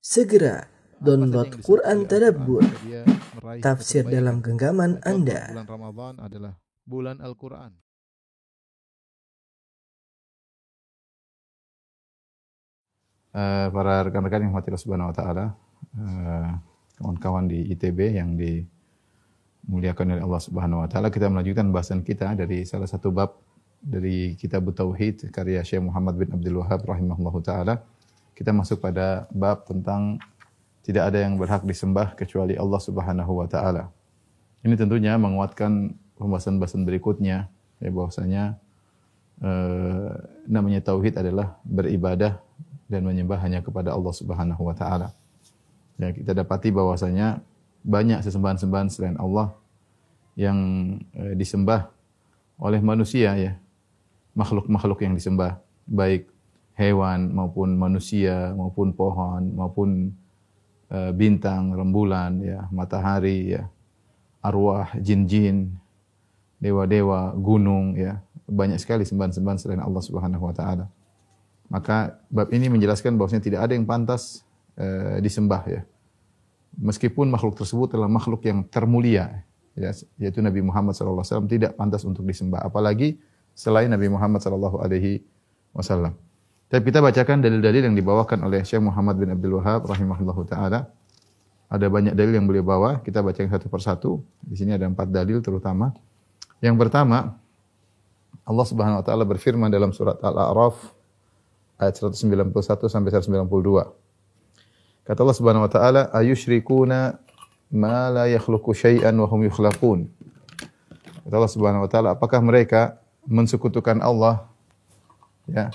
Segera download Quran Tadabbur, dia meraih tafsir kebaikan. dalam genggaman Contoh, Anda. Bulan Ramadan adalah bulan Al-Quran. Para rekan-rekan yang mati Subhanahu wa taala, kawan-kawan di ITB yang dimuliakan oleh Allah Subhanahu wa taala, kita melanjutkan bahasan kita dari salah satu bab dari Kitab Tauhid karya Syekh Muhammad bin Abdul Wahhab rahimahullahu taala. Kita masuk pada bab tentang tidak ada yang berhak disembah kecuali Allah Subhanahu wa taala. Ini tentunya menguatkan pembahasan-pembahasan berikutnya, ya, bahwasanya namanya tauhid adalah beribadah dan menyembah hanya kepada Allah Subhanahu wa taala. Ya, kita dapati bahwasanya banyak sesembahan-sembahan selain Allah yang disembah oleh manusia, ya. Makhluk-makhluk yang disembah, baik hewan maupun manusia maupun pohon maupun bintang, rembulan, ya, matahari, ya, arwah, jin-jin, dewa-dewa, gunung, ya. Banyak sekali sembahan-sembahan selain Allah Subhanahu wa taala. Maka bab ini menjelaskan bahwasanya tidak ada yang pantas disembah, ya. Meskipun makhluk tersebut adalah makhluk yang termulia, ya, yaitu Nabi Muhammad SAW, tidak pantas untuk disembah, apalagi selain Nabi Muhammad SAW. Tapi kita bacakan dalil-dalil yang dibawakan oleh Syekh Muhammad bin Abdul Wahhab rahimahullahu taala. Ada banyak dalil yang beliau bawa, kita bacakan satu persatu. Di sini ada 4 dalil terutama. Yang pertama, Allah Subhanahu wa taala berfirman dalam surat Al-A'raf ayat 191 sampai 192. Kata Allah Subhanahu wa taala, "Ayusyrikuna ma la yakhluqu syai'an wa hum yukhlaqun." Kata Allah Subhanahu wa taala, apakah mereka mensekutukan Allah, ya,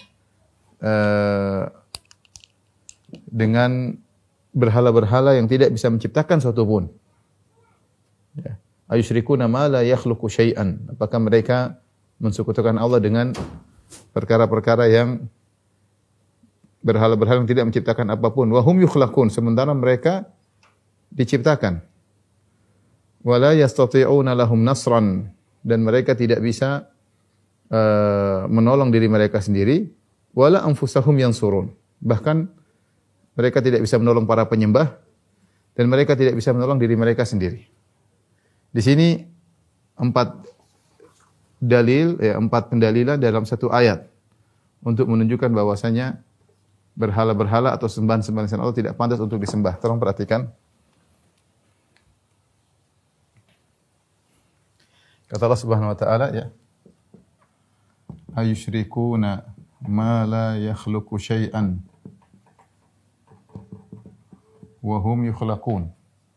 dengan berhala-berhala yang tidak bisa menciptakan suatu pun. Ya. Ayusyrikuna ma la yakhluqu syai'an. Apakah mereka mensekutukan Allah dengan perkara-perkara yang berhala-berhala yang tidak menciptakan apapun. Wa hum yukhlaqun, sementara mereka diciptakan. Wa la yastati'una lahum nasran, dan mereka tidak bisa menolong diri mereka sendiri. Wala anfusahum yansurun, bahkan mereka tidak bisa menolong para penyembah dan mereka tidak bisa menolong diri mereka sendiri. Di sini 4 dalil, 4 pendalilan dalam satu ayat untuk menunjukkan bahwasanya berhala-berhala atau sembahan-sembahan selain Allah tidak pantas untuk disembah. Tolong perhatikan. Kata Allah Subhanahu wa taala, ya, ayusyrikuna ma la yakhluqu syai'an wa hum yukhlaqun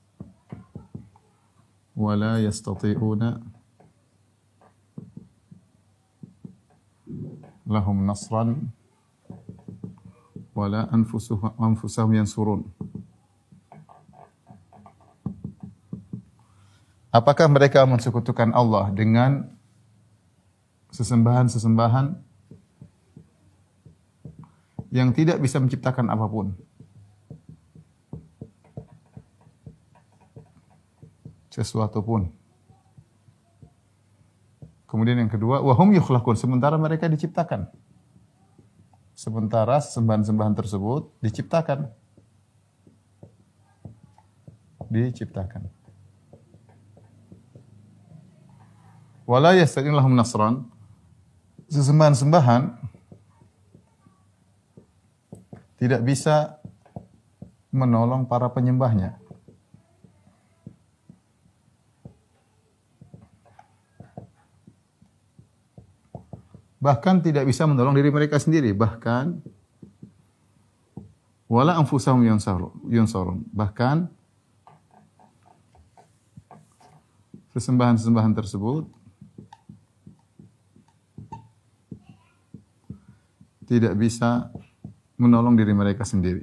wa la yastati'una lahum nasran wa la anfusahum yansurun. Apakah mereka mensekutukan Allah dengan sesembahan-sesembahan yang tidak bisa menciptakan apapun? Sesuatu pun. Kemudian yang kedua, wa hum yukhlaqun, sementara mereka diciptakan. Sementara sembahan-sembahan tersebut diciptakan. Wala yasta'in lahum nasran, sesembahan-sembahan tidak bisa menolong para penyembahnya. Bahkan tidak bisa menolong diri mereka sendiri. Bahkan wala anfusahum yansarun. Bahkan sesembahan-sesembahan tersebut tidak bisa menolong diri mereka sendiri.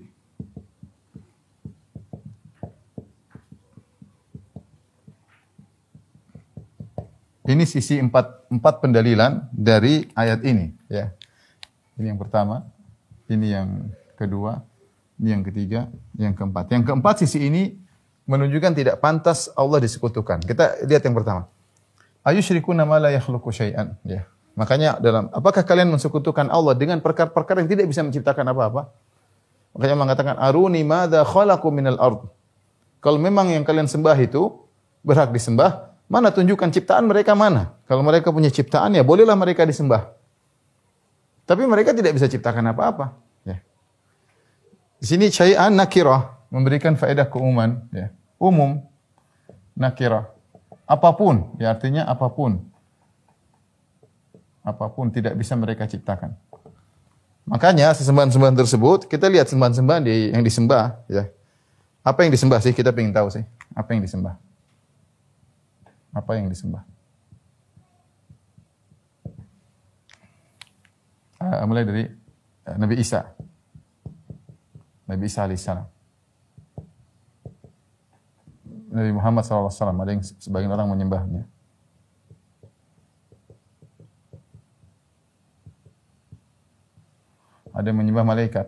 Ini sisi 4 pendalilan dari ayat ini, ya. Ini yang pertama, ini yang kedua, ini yang ketiga, yang keempat. Yang keempat, sisi ini menunjukkan tidak pantas Allah disekutukan. Kita lihat yang pertama. Ayusyrikuna ma la yakhluqu syai'an, ya. Makanya apakah kalian mensekutukan Allah dengan perkara-perkara yang tidak bisa menciptakan apa-apa? Makanya Allah mengatakan aruni madza khalaqu minal ard. Kalau memang yang kalian sembah itu berhak disembah, mana tunjukkan ciptaan mereka mana? Kalau mereka punya ciptaan ya bolehlah mereka disembah. Tapi mereka tidak bisa ciptakan apa-apa. Ya. Di sini syai'an nakirah memberikan faedah keumuman. Ya. Umum nakirah. Apapun, ya artinya apapun. Apapun tidak bisa mereka ciptakan. Makanya sesembahan-sembahan tersebut, kita lihat sembahan-sembahan yang disembah. Ya. Apa yang disembah sih? Kita ingin tahu sih. Apa yang disembah? Apa yang disembah? Mulai dari Nabi Isa. Nabi Isa alaihissalam. Nabi Muhammad SAW. Ada yang sebagian orang menyembahnya. Ada yang menyembah malaikat.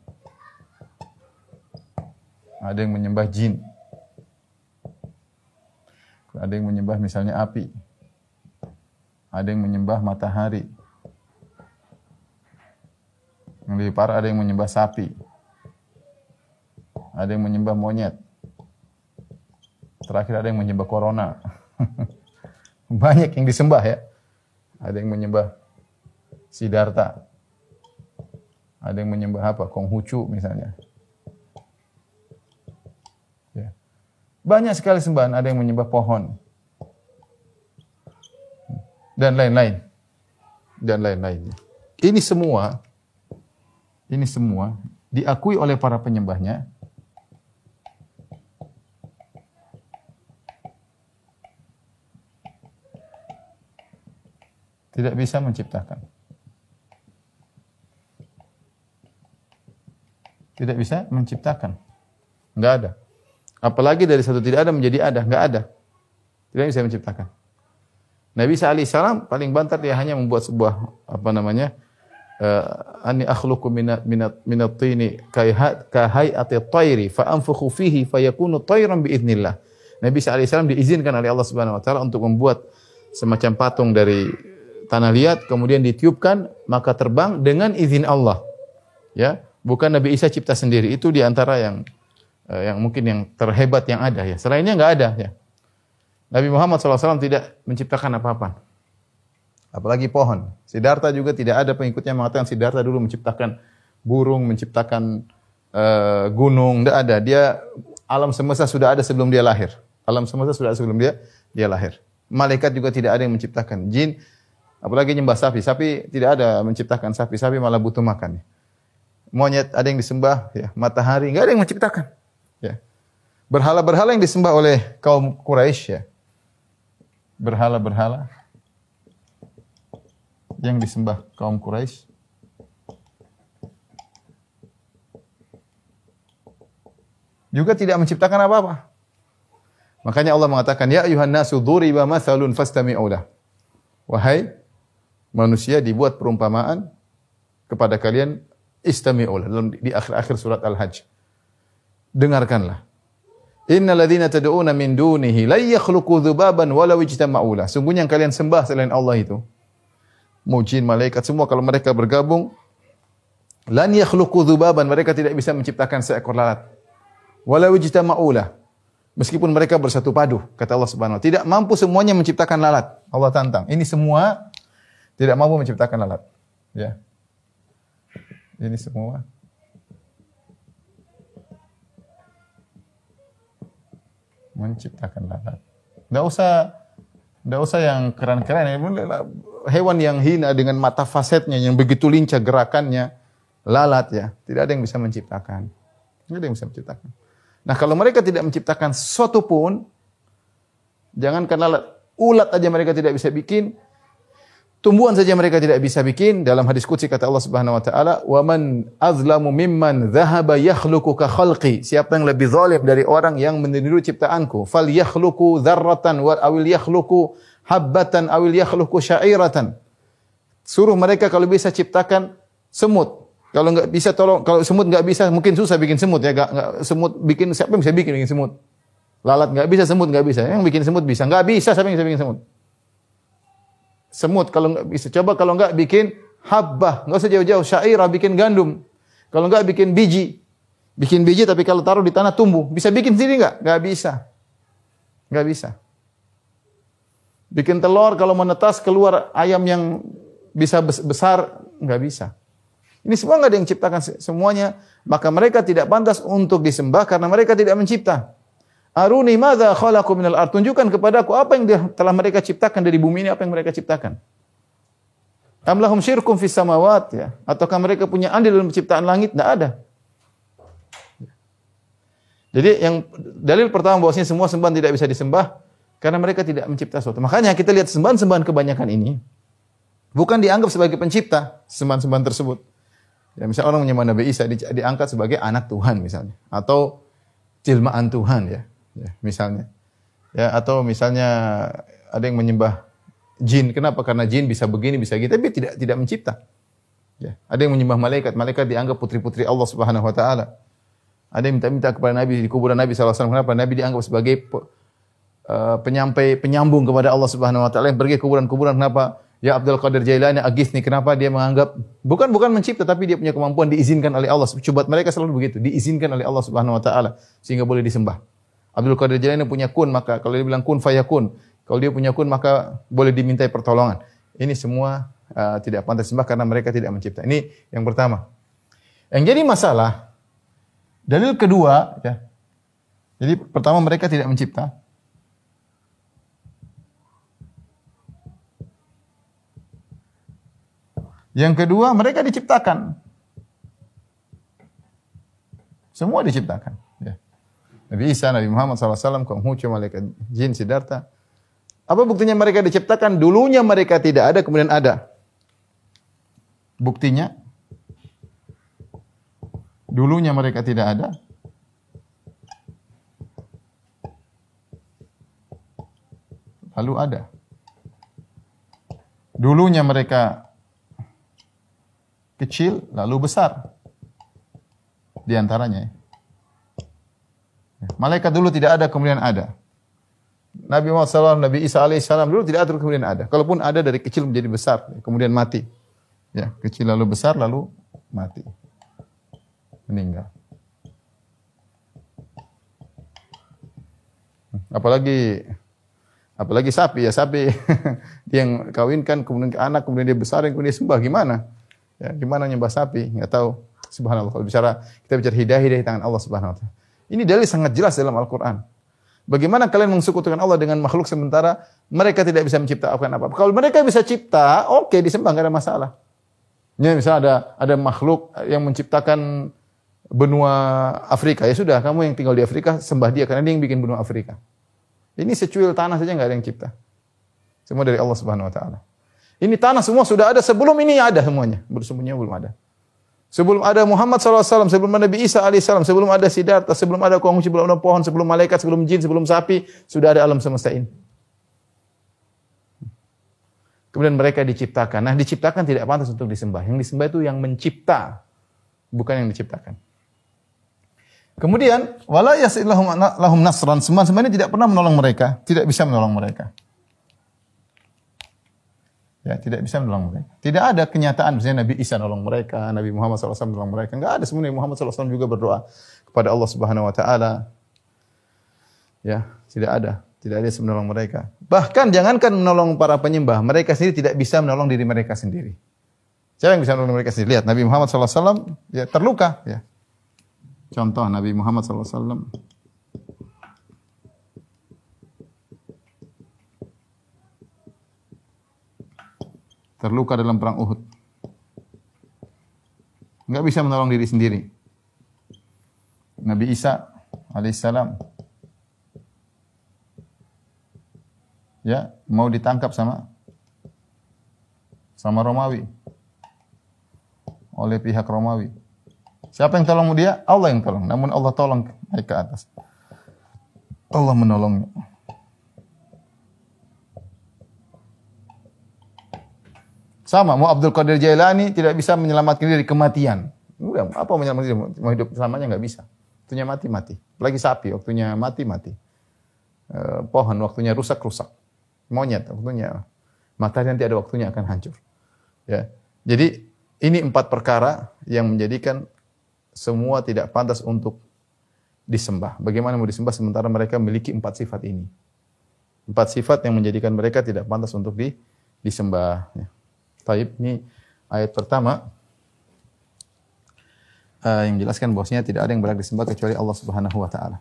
Ada yang menyembah jin. Ada yang menyembah misalnya api. Ada yang menyembah matahari. Yang lebih parah ada yang menyembah sapi. Ada yang menyembah monyet. Terakhir ada yang menyembah corona. Banyak yang disembah ya. Ada yang menyembah Siddhartha. Ada yang menyembah apa? Konghucu misalnya. Ya. Banyak sekali sembahan. Ada yang menyembah pohon. Dan lain-lain. Dan lain-lain. Ini semua diakui oleh para penyembahnya. Tidak bisa menciptakan. Tidak bisa menciptakan. Enggak ada. Apalagi dari satu tidak ada menjadi ada. Enggak ada. Tidak bisa menciptakan. Nabi Isa alaihissalam paling banter dia hanya membuat sebuah ani akhluqu minat tini kahayati tayri fa anfukhu fihi fayakunu tayran biidznillah. Nabi Isa alaihissalam diizinkan oleh Allah Subhanahu wa taala untuk membuat semacam patung dari tanah liat kemudian ditiupkan maka terbang dengan izin Allah. Ya. Bukan Nabi Isa cipta sendiri. Itu di antara yang mungkin yang terhebat yang ada ya. Selainnya enggak ada ya. Nabi Muhammad SAW tidak menciptakan apa-apa. Apalagi pohon. Siddhartha juga tidak ada pengikutnya yang mengatakan Siddhartha dulu menciptakan burung, menciptakan gunung. Tidak ada. Dia alam semesta sudah ada sebelum dia lahir. Alam semesta sudah ada sebelum dia lahir. Malaikat juga tidak ada yang menciptakan. Jin, apalagi nyembah sapi. Sapi tidak ada menciptakan sapi. Sapi malah butuh makan. Monyet ada yang disembah, ya. Matahari enggak ada yang menciptakan. Ya. Berhala-berhala yang disembah oleh kaum Quraisy ya. Berhala-berhala yang disembah kaum Quraisy juga tidak menciptakan apa-apa. Makanya Allah mengatakan ya ayuhan nasu duriba mathalun fastami'u lah. Wahai manusia dibuat perumpamaan kepada kalian istami'u lah di akhir-akhir surat Al-Hajj. Dengarkanlah. Innal ladzina tad'una min dunihi la yakhluqu dzubaban walau ijtama'u lah. Sungguhnya yang kalian sembah selain Allah itu jin, malaikat semua kalau mereka bergabung lan yakhluqu dzubaban mereka tidak bisa menciptakan seekor lalat. Walau ijtama'u lah. Meskipun mereka bersatu padu, kata Allah Subhanahu wa taala, tidak mampu semuanya menciptakan lalat. Allah tantang. Ini semua tidak mampu menciptakan lalat. Ya. Ini semua menciptakan lalat. Enggak usah yang keren-keren. Hewan yang hina dengan mata fasetnya yang begitu lincah gerakannya, lalat ya. Tidak ada yang bisa menciptakan. Tidak ada yang bisa menciptakan. Nah, kalau mereka tidak menciptakan sesuatu pun, jangankan lalat, ulat aja mereka tidak bisa bikin, tumbuhan saja mereka tidak bisa bikin. Dalam hadis qudsi kata Allah Subhanahu wa taala, "Wa man azlamu mimman dhahaba yakhluqu ka khalqi." Siapa yang lebih zalim dari orang yang meniru ciptaanku? Fal yakhluqu dzarratan wa awil yakhluqu habbatan awil yakhluqu sya'iratan. Suruh mereka kalau bisa ciptakan semut. Kalau enggak bisa tolong, kalau semut enggak bisa mungkin susah bikin semut ya, enggak semut bikin siapa yang bisa bikin semut? Lalat enggak bisa, semut enggak bisa. Yang bikin semut bisa. Enggak bisa siapa yang bisa bikin semut? Semut kalau enggak bisa. Coba kalau enggak bikin habbah, enggak usah jauh-jauh, syairah bikin gandum. Kalau enggak bikin biji, Bikin biji tapi kalau taruh di tanah tumbuh. Bisa bikin sendiri nggak? Nggak bisa. Nggak bisa. Bikin telur kalau menetas keluar ayam yang bisa besar, nggak bisa. Ini semua nggak ada yang ciptakan semuanya. Maka mereka tidak pantas untuk disembah karena mereka tidak mencipta. Aruni madza khalaqu minal ard. Tunjukkan kepadaku apa yang telah mereka ciptakan dari bumi ini, apa yang mereka ciptakan. Am lahum syirkum fis samawat, ya. Ataukah mereka punya andil dalam penciptaan langit? Tidak ada. Jadi yang dalil pertama bahwasanya semua sembahan tidak bisa disembah karena mereka tidak mencipta sesuatu. Makanya kita lihat sembahan-sembahan kebanyakan ini bukan dianggap sebagai pencipta sembahan-sembahan tersebut. Ya, misalnya orang menyembah Nabi Isa diangkat sebagai anak Tuhan misalnya, atau jelmaan Tuhan ya, misalnya. Ya, atau misalnya ada yang menyembah jin. Kenapa? Karena jin bisa begini, bisa gitu, tapi tidak mencipta. Ya, ada yang menyembah malaikat, malaikat dianggap putri-putri Allah Subhanahu wa taala. Ada yang minta kepada Nabi di kuburan Nabi sallallahu alaihi wasallam. Kenapa? Nabi dianggap sebagai penyambung kepada Allah Subhanahu wa taala yang pergi ke kuburan-kuburan. Kenapa? Ya Abdul Qadir Jailani agisni. Kenapa? Dia menganggap bukan mencipta tapi dia punya kemampuan diizinkan oleh Allah. Coba mereka selalu begitu, diizinkan oleh Allah Subhanahu wa taala sehingga boleh disembah. Abdul Qadir Jailani punya kun, maka kalau dia bilang kun fayakun. Kalau dia punya kun maka boleh dimintai pertolongan. Ini semua tidak pantas disembah karena mereka tidak mencipta. Ini yang pertama. Yang jadi masalah dalil kedua ya. Jadi pertama mereka tidak mencipta. Yang kedua, mereka diciptakan. Semua diciptakan. Ya. Nabi Isa, Nabi Muhammad SAW, Konghucu, malaikat jin, Siddhartha. Apa buktinya mereka diciptakan? Dulunya mereka tidak ada, kemudian ada. Buktinya, dulunya mereka tidak ada. Lalu ada. Dulunya mereka kecil, lalu besar. Di antaranya. Malaikat dulu tidak ada, kemudian ada. Nabi Muhammad SAW, Nabi Isa alaihissalam dulu tidak ada, kemudian ada. Kalaupun ada dari kecil menjadi besar, kemudian mati. Ya, kecil lalu besar, lalu mati. Meninggal. Apalagi sapi ya, sapi dia yang kawinkan, kemudian ke anak, kemudian dia besar, kemudian dia sembah, gimana? Ya, gimana nyembah sapi? Enggak tahu. Subhanallah. Kalau kita bicara hidayah tangan Allah Subhanahu wa taala. Ini dalil sangat jelas dalam Al-Qur'an. Bagaimana kalian mensekutukan Allah dengan makhluk sementara mereka tidak bisa menciptakan apa-apa? Kalau mereka bisa cipta, oke, disembah, enggak ada masalah. Ya, misalnya ada makhluk yang menciptakan benua Afrika, ya sudah, kamu yang tinggal di Afrika sembah dia karena dia yang bikin benua Afrika. Ini secuil tanah saja enggak ada yang cipta. Semua dari Allah Subhanahu wa taala. Ini tanah semua sudah ada, sebelum ini ada semuanya. Semuanya belum ada. Sebelum ada Muhammad SAW, sebelum ada Nabi Isa AS, sebelum ada Siddhartha, sebelum ada Konghucu, sebelum ada pohon, sebelum malaikat, sebelum jin, sebelum sapi, sudah ada alam semesta ini. Kemudian mereka diciptakan. Nah, diciptakan tidak pantas untuk disembah. Yang disembah itu yang mencipta, bukan yang diciptakan. Kemudian, wala yasilahum nasran, semua-semua ini tidak pernah menolong mereka, tidak bisa menolong mereka. Ya, tidak bisa menolong mereka. Tidak ada kenyataan misalnya Nabi Isa nolong mereka, Nabi Muhammad SAW nolong mereka. Enggak ada, sebenarnya Muhammad SAW juga berdoa kepada Allah Subhanahu wa taala. Ya, tidak ada yang menolong mereka. Bahkan jangankan menolong para penyembah, mereka sendiri tidak bisa menolong diri mereka sendiri. Siapa yang bisa menolong mereka sendiri? Lihat Nabi Muhammad SAW ya terluka, ya. Contoh Nabi Muhammad SAW terluka dalam perang Uhud. Enggak bisa menolong diri sendiri. Nabi Isa alaihissalam ya mau ditangkap sama Romawi. Oleh pihak Romawi. Siapa yang tolong dia? Allah yang tolong. Namun Allah tolong naik ke atas. Allah menolongnya. Sama, mau Abdul Qadir Jailani tidak bisa menyelamatkan diri dari kematian. Udah, apa menyelamatkan diri? Mau hidup selamanya enggak bisa. Waktunya mati. Apalagi sapi, waktunya mati. Pohon, waktunya rusak. Monyet, waktunya matahari nanti ada waktunya akan hancur. Ya. Jadi, ini 4 perkara yang menjadikan semua tidak pantas untuk disembah. Bagaimana mau disembah sementara mereka memiliki 4 sifat ini? 4 sifat yang menjadikan mereka tidak pantas untuk disembah. Ya. Taib, ini ayat pertama yang menjelaskan bahwasanya tidak ada yang berhak disembah kecuali Allah Subhanahu wa taala.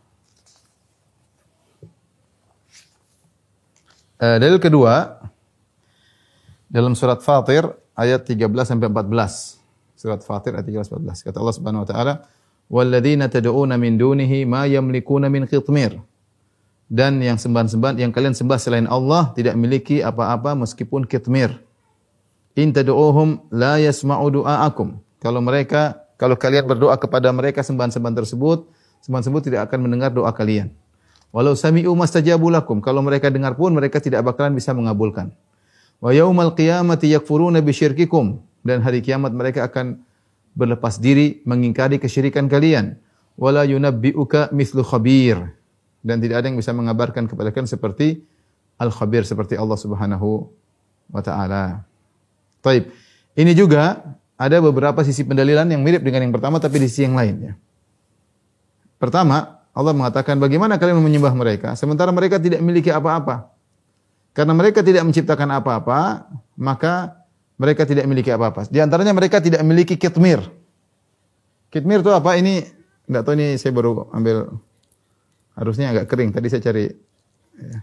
Dalil kedua dalam surat Fatir ayat 13 sampai 14. Surat Fatir ayat 13 14. Kata Allah Subhanahu wa taala, "Walladzina tad'una min dunihi ma yamlikuna min qitmir." Dan yang sembahan-sembahan yang kalian sembah selain Allah tidak memiliki apa-apa meskipun qitmir. In tad'uuhum la yasma'u du'aakum. Kalau kalian berdoa kepada mereka sembahan-sembahan tersebut tidak akan mendengar doa kalian. Walau sami'u mastajabu lakum. Kalau mereka dengar pun mereka tidak bakalan bisa mengabulkan. Wa yaumal qiyamati yakfuruna bisyirkikum. Dan hari kiamat mereka akan berlepas diri mengingkari kesyirikan kalian. Wala yunabbi'uka mithlu khabir. Dan tidak ada yang bisa mengabarkan kepada kalian seperti al-khabir, seperti Allah Subhanahu wa taala. Baik. Ini juga ada beberapa sisi pendalilan yang mirip dengan yang pertama tapi di sisi yang lain ya. Pertama, Allah mengatakan bagaimana kalian menyembah mereka sementara mereka tidak memiliki apa-apa. Karena mereka tidak menciptakan apa-apa, maka mereka tidak memiliki apa-apa. Di antaranya mereka tidak memiliki kitmir. Kitmir itu apa? Ini enggak tahu, ini saya baru ambil, harusnya agak kering. Tadi saya cari ya.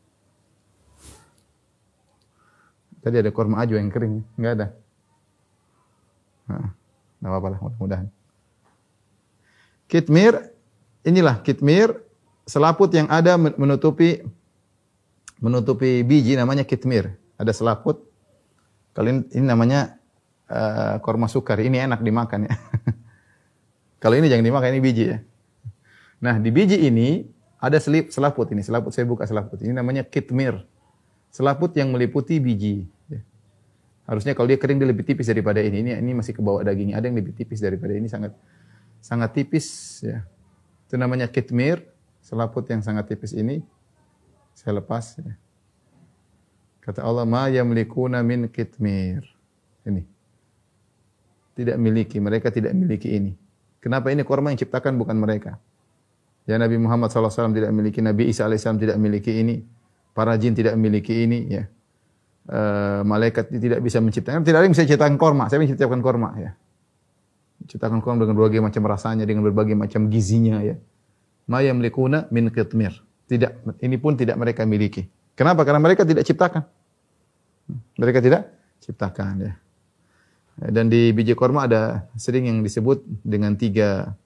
Tadi ada korma ajwa yang kering, enggak ada. Nah, enggak apa-apa lah, mudah-mudahan. Kitmir, inilah kitmir, selaput yang ada menutupi biji namanya kitmir. Ada selaput. Kalau ini namanya korma sukar. Ini enak dimakan ya. Kalau ini jangan dimakan, ini biji ya. Nah, di biji ini ada selaput ini. Selaput, saya buka selaput. Ini namanya kitmir. Selaput yang meliputi biji. Ya. Harusnya kalau dia kering dia lebih tipis daripada ini. Ini masih ke bawah dagingnya. Ada yang lebih tipis daripada ini, sangat tipis ya. Itu namanya kitmir. Selaput yang sangat tipis ini. Saya lepas ya. Kata Allah, ma yamlikuna min kitmir. Ini. Tidak miliki, mereka tidak miliki ini. Kenapa ini korma yang ciptakan bukan mereka? Ya Nabi Muhammad SAW tidak miliki, Nabi Isa AS tidak miliki ini. Para jin tidak memiliki ini. Ya. Malaikat tidak bisa menciptakan. Tidak ada yang bisa ciptakan korma. Saya menciptakan korma. Ya. Ciptakan korma dengan berbagai macam rasanya, dengan berbagai macam gizinya. Ya. Ma yamlikuna min kitmir. Tidak, ini pun tidak mereka miliki. Kenapa? Karena mereka tidak ciptakan. Mereka tidak ciptakan ya. Dan di biji korma ada sering yang disebut dengan 3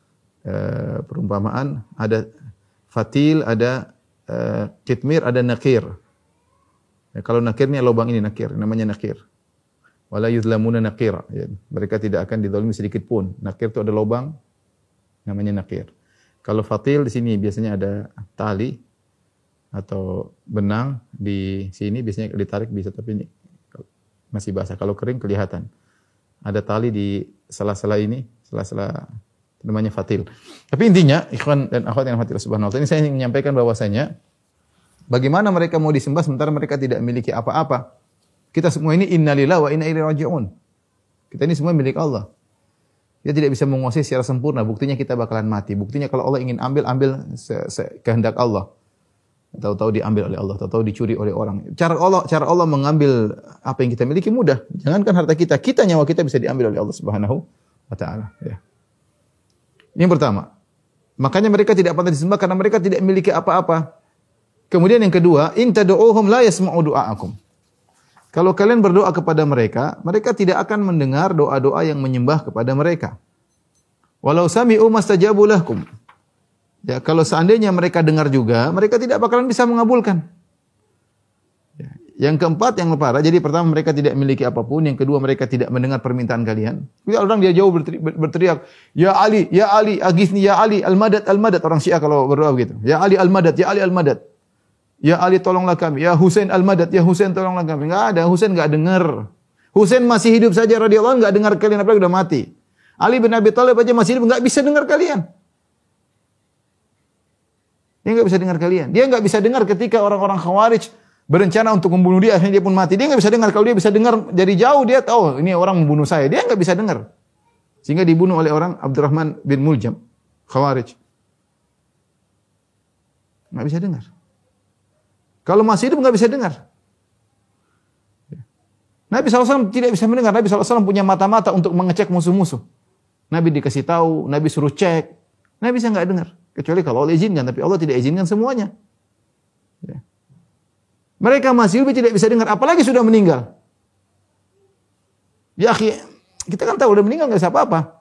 perumpamaan. Ada fatil, ada kitmir, ada nakir. Ya, kalau nakir ini lubang ini nakir, namanya nakir. Wala yuzlamuna nakira. Ya, mereka tidak akan dizalimi sedikit pun. Nakir itu ada lubang, namanya nakir. Kalau fatil di sini biasanya ada tali atau benang di sini, biasanya ditarik bisa, tapi ini masih basah. Kalau kering kelihatan. Ada tali di sela-sela ini, sela-sela namanya fatil. Tapi intinya, ikhwan dan akhwat yang rahmatillah subhanahu wa ta'ala, ini saya ingin menyampaikan bahwasanya bagaimana mereka mau disembah sementara mereka tidak memiliki apa-apa. Kita semua ini innalillahi wa inna ilaihi raji'un. Kita ini semua milik Allah. Kita tidak bisa menguasai secara sempurna, buktinya kita bakalan mati. Buktinya kalau Allah ingin ambil kehendak Allah. Tahu-tahu diambil oleh Allah, tahu-tahu dicuri oleh orang. Cara Allah mengambil apa yang kita miliki mudah. Jangankan harta kita, nyawa kita bisa diambil oleh Allah Subhanahu wa taala, ya. Ini yang pertama. Makanya mereka tidak pantas disembah karena mereka tidak memiliki apa-apa. Kemudian yang kedua, in tad'uuhum la yasma'u du'aakum. Kalau kalian berdoa kepada mereka, mereka tidak akan mendengar doa-doa yang menyembah kepada mereka. Walau sami'u mastajabu lakum. Ya, kalau seandainya mereka dengar juga, mereka tidak bakalan bisa mengabulkan. Ya. Yang keempat, yang parah, jadi pertama mereka tidak memiliki apapun, yang kedua mereka tidak mendengar permintaan kalian. Bila orang dia jauh berteriak, Ya Ali, aghithni ya Ali, al-madad, al-madad. Orang Syiah kalau berdoa begitu. Ya Ali al-madad, ya Ali al-madad. Ya Ali tolonglah kami, ya Husain al-madad, ya Husain tolonglah kami. Enggak ada, Husain enggak dengar. Husain masih hidup saja radhiyallahu anhu enggak dengar kalian, apalagi sudah mati. Ali bin Abi Thalib aja masih hidup enggak bisa dengar kalian. Dia enggak bisa dengar kalian. Dia enggak bisa dengar ketika orang-orang Khawarij berencana untuk membunuh dia, akhirnya dia pun mati. Dia enggak bisa dengar. Kalau dia bisa dengar dari jauh, dia tahu ini orang membunuh saya. Dia enggak bisa dengar. Sehingga dibunuh oleh orang Abdurrahman bin Muljam, Khawarij. Nggak bisa dengar. Kalau masih hidup nggak bisa dengar. Nabi SAW tidak bisa mendengar. Nabi SAW punya mata-mata untuk mengecek musuh-musuh. Nabi dikasih tahu, Nabi suruh cek. Nabi bisa nggak dengar. Kecuali kalau Allah izinkan, tapi Allah tidak izinkan semuanya. Ya. Mereka masih hidup tidak bisa dengar, apalagi sudah meninggal. Ya akhi, kita kan tahu udah meninggal nggak bisa apa-apa.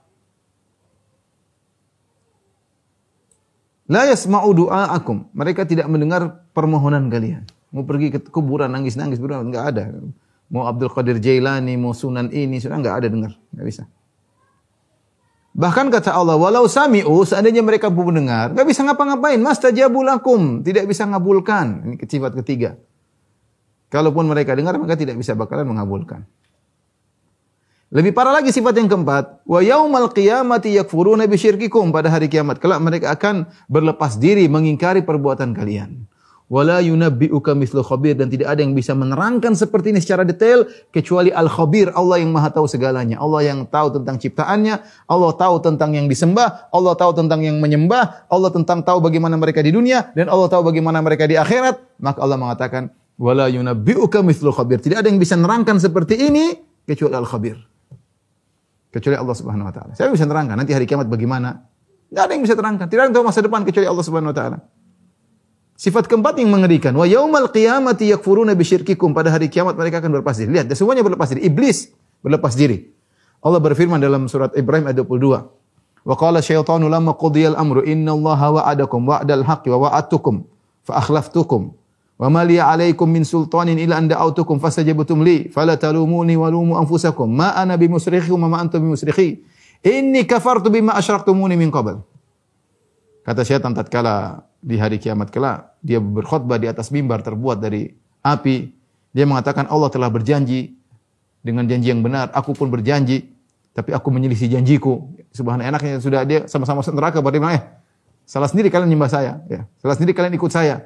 La yasma'u du'aakum. Mereka tidak mendengar permohonan kalian. Mau pergi ke kuburan nangis-nangis enggak ada. Mau Abdul Qadir Jailani, mau Sunan ini, sudah enggak ada dengar, enggak bisa. Bahkan kata Allah, walau sami'u, seandainya mereka pun mendengar, enggak bisa ngapa-ngapain. Mastajabu lakum, tidak bisa ngabulkan. Ini sifat ketiga. Kalaupun mereka dengar, maka tidak bisa bakalan mengabulkan. Lebih parah lagi sifat yang keempat, wa yaumal qiyamati yakfuruna bisyirkikum, pada hari kiamat kelak mereka akan berlepas diri mengingkari perbuatan kalian. Wala yunabbi'uka mithlu khabir, dan tidak ada yang bisa menerangkan seperti ini secara detail kecuali Al-Khabir, Allah yang Maha tahu segalanya. Allah yang tahu tentang ciptaannya, Allah tahu tentang yang disembah, Allah tahu tentang yang menyembah, Allah tentang tahu bagaimana mereka di dunia dan Allah tahu bagaimana mereka di akhirat. Maka Allah mengatakan wala yunabbi'uka mithlu khabir. Tidak ada yang bisa menerangkan seperti ini kecuali Al-Khabir. Kecuali Allah Subhanahu wa taala. Saya bisa terangkan nanti hari kiamat bagaimana? Tidak ada yang bisa terangkan. Tidak ada yang tahu masa depan kecuali Allah Subhanahu wa taala. Sifat keempat yang mengerikan, wa yaumal qiyamati yakfuruna bisyirkikum, pada hari kiamat mereka akan berlepas diri. Lihat, semuanya berlepas diri. Iblis berlepas diri. Allah berfirman dalam surat Ibrahim ayat 22. Wa qala syaitanu lamma qudiyal amru innallaha wa'adakum wa'dal haqqi wa wa'adtukum fa akhlaftukum. Wa ma liya 'alaikum min sultanin illa an da'awtukum fastajabtum li fala talumuni wa lumu anfusakum ma ana bimusrikhikum wa ma antum bimusrikhi inni kafartu bima asyraktumuni min qabl. Kata syaitan tatkala di hari kiamat kelak dia berkhutbah di atas mimbar terbuat dari api, dia mengatakan Allah telah berjanji dengan janji yang benar, aku pun berjanji tapi aku menyelisih janjiku. Subhanallah, enaknya sudah dia sama-sama neraka baru dia bilang, salah sendiri kalian nyembah saya, ya. Salah sendiri kalian ikut saya.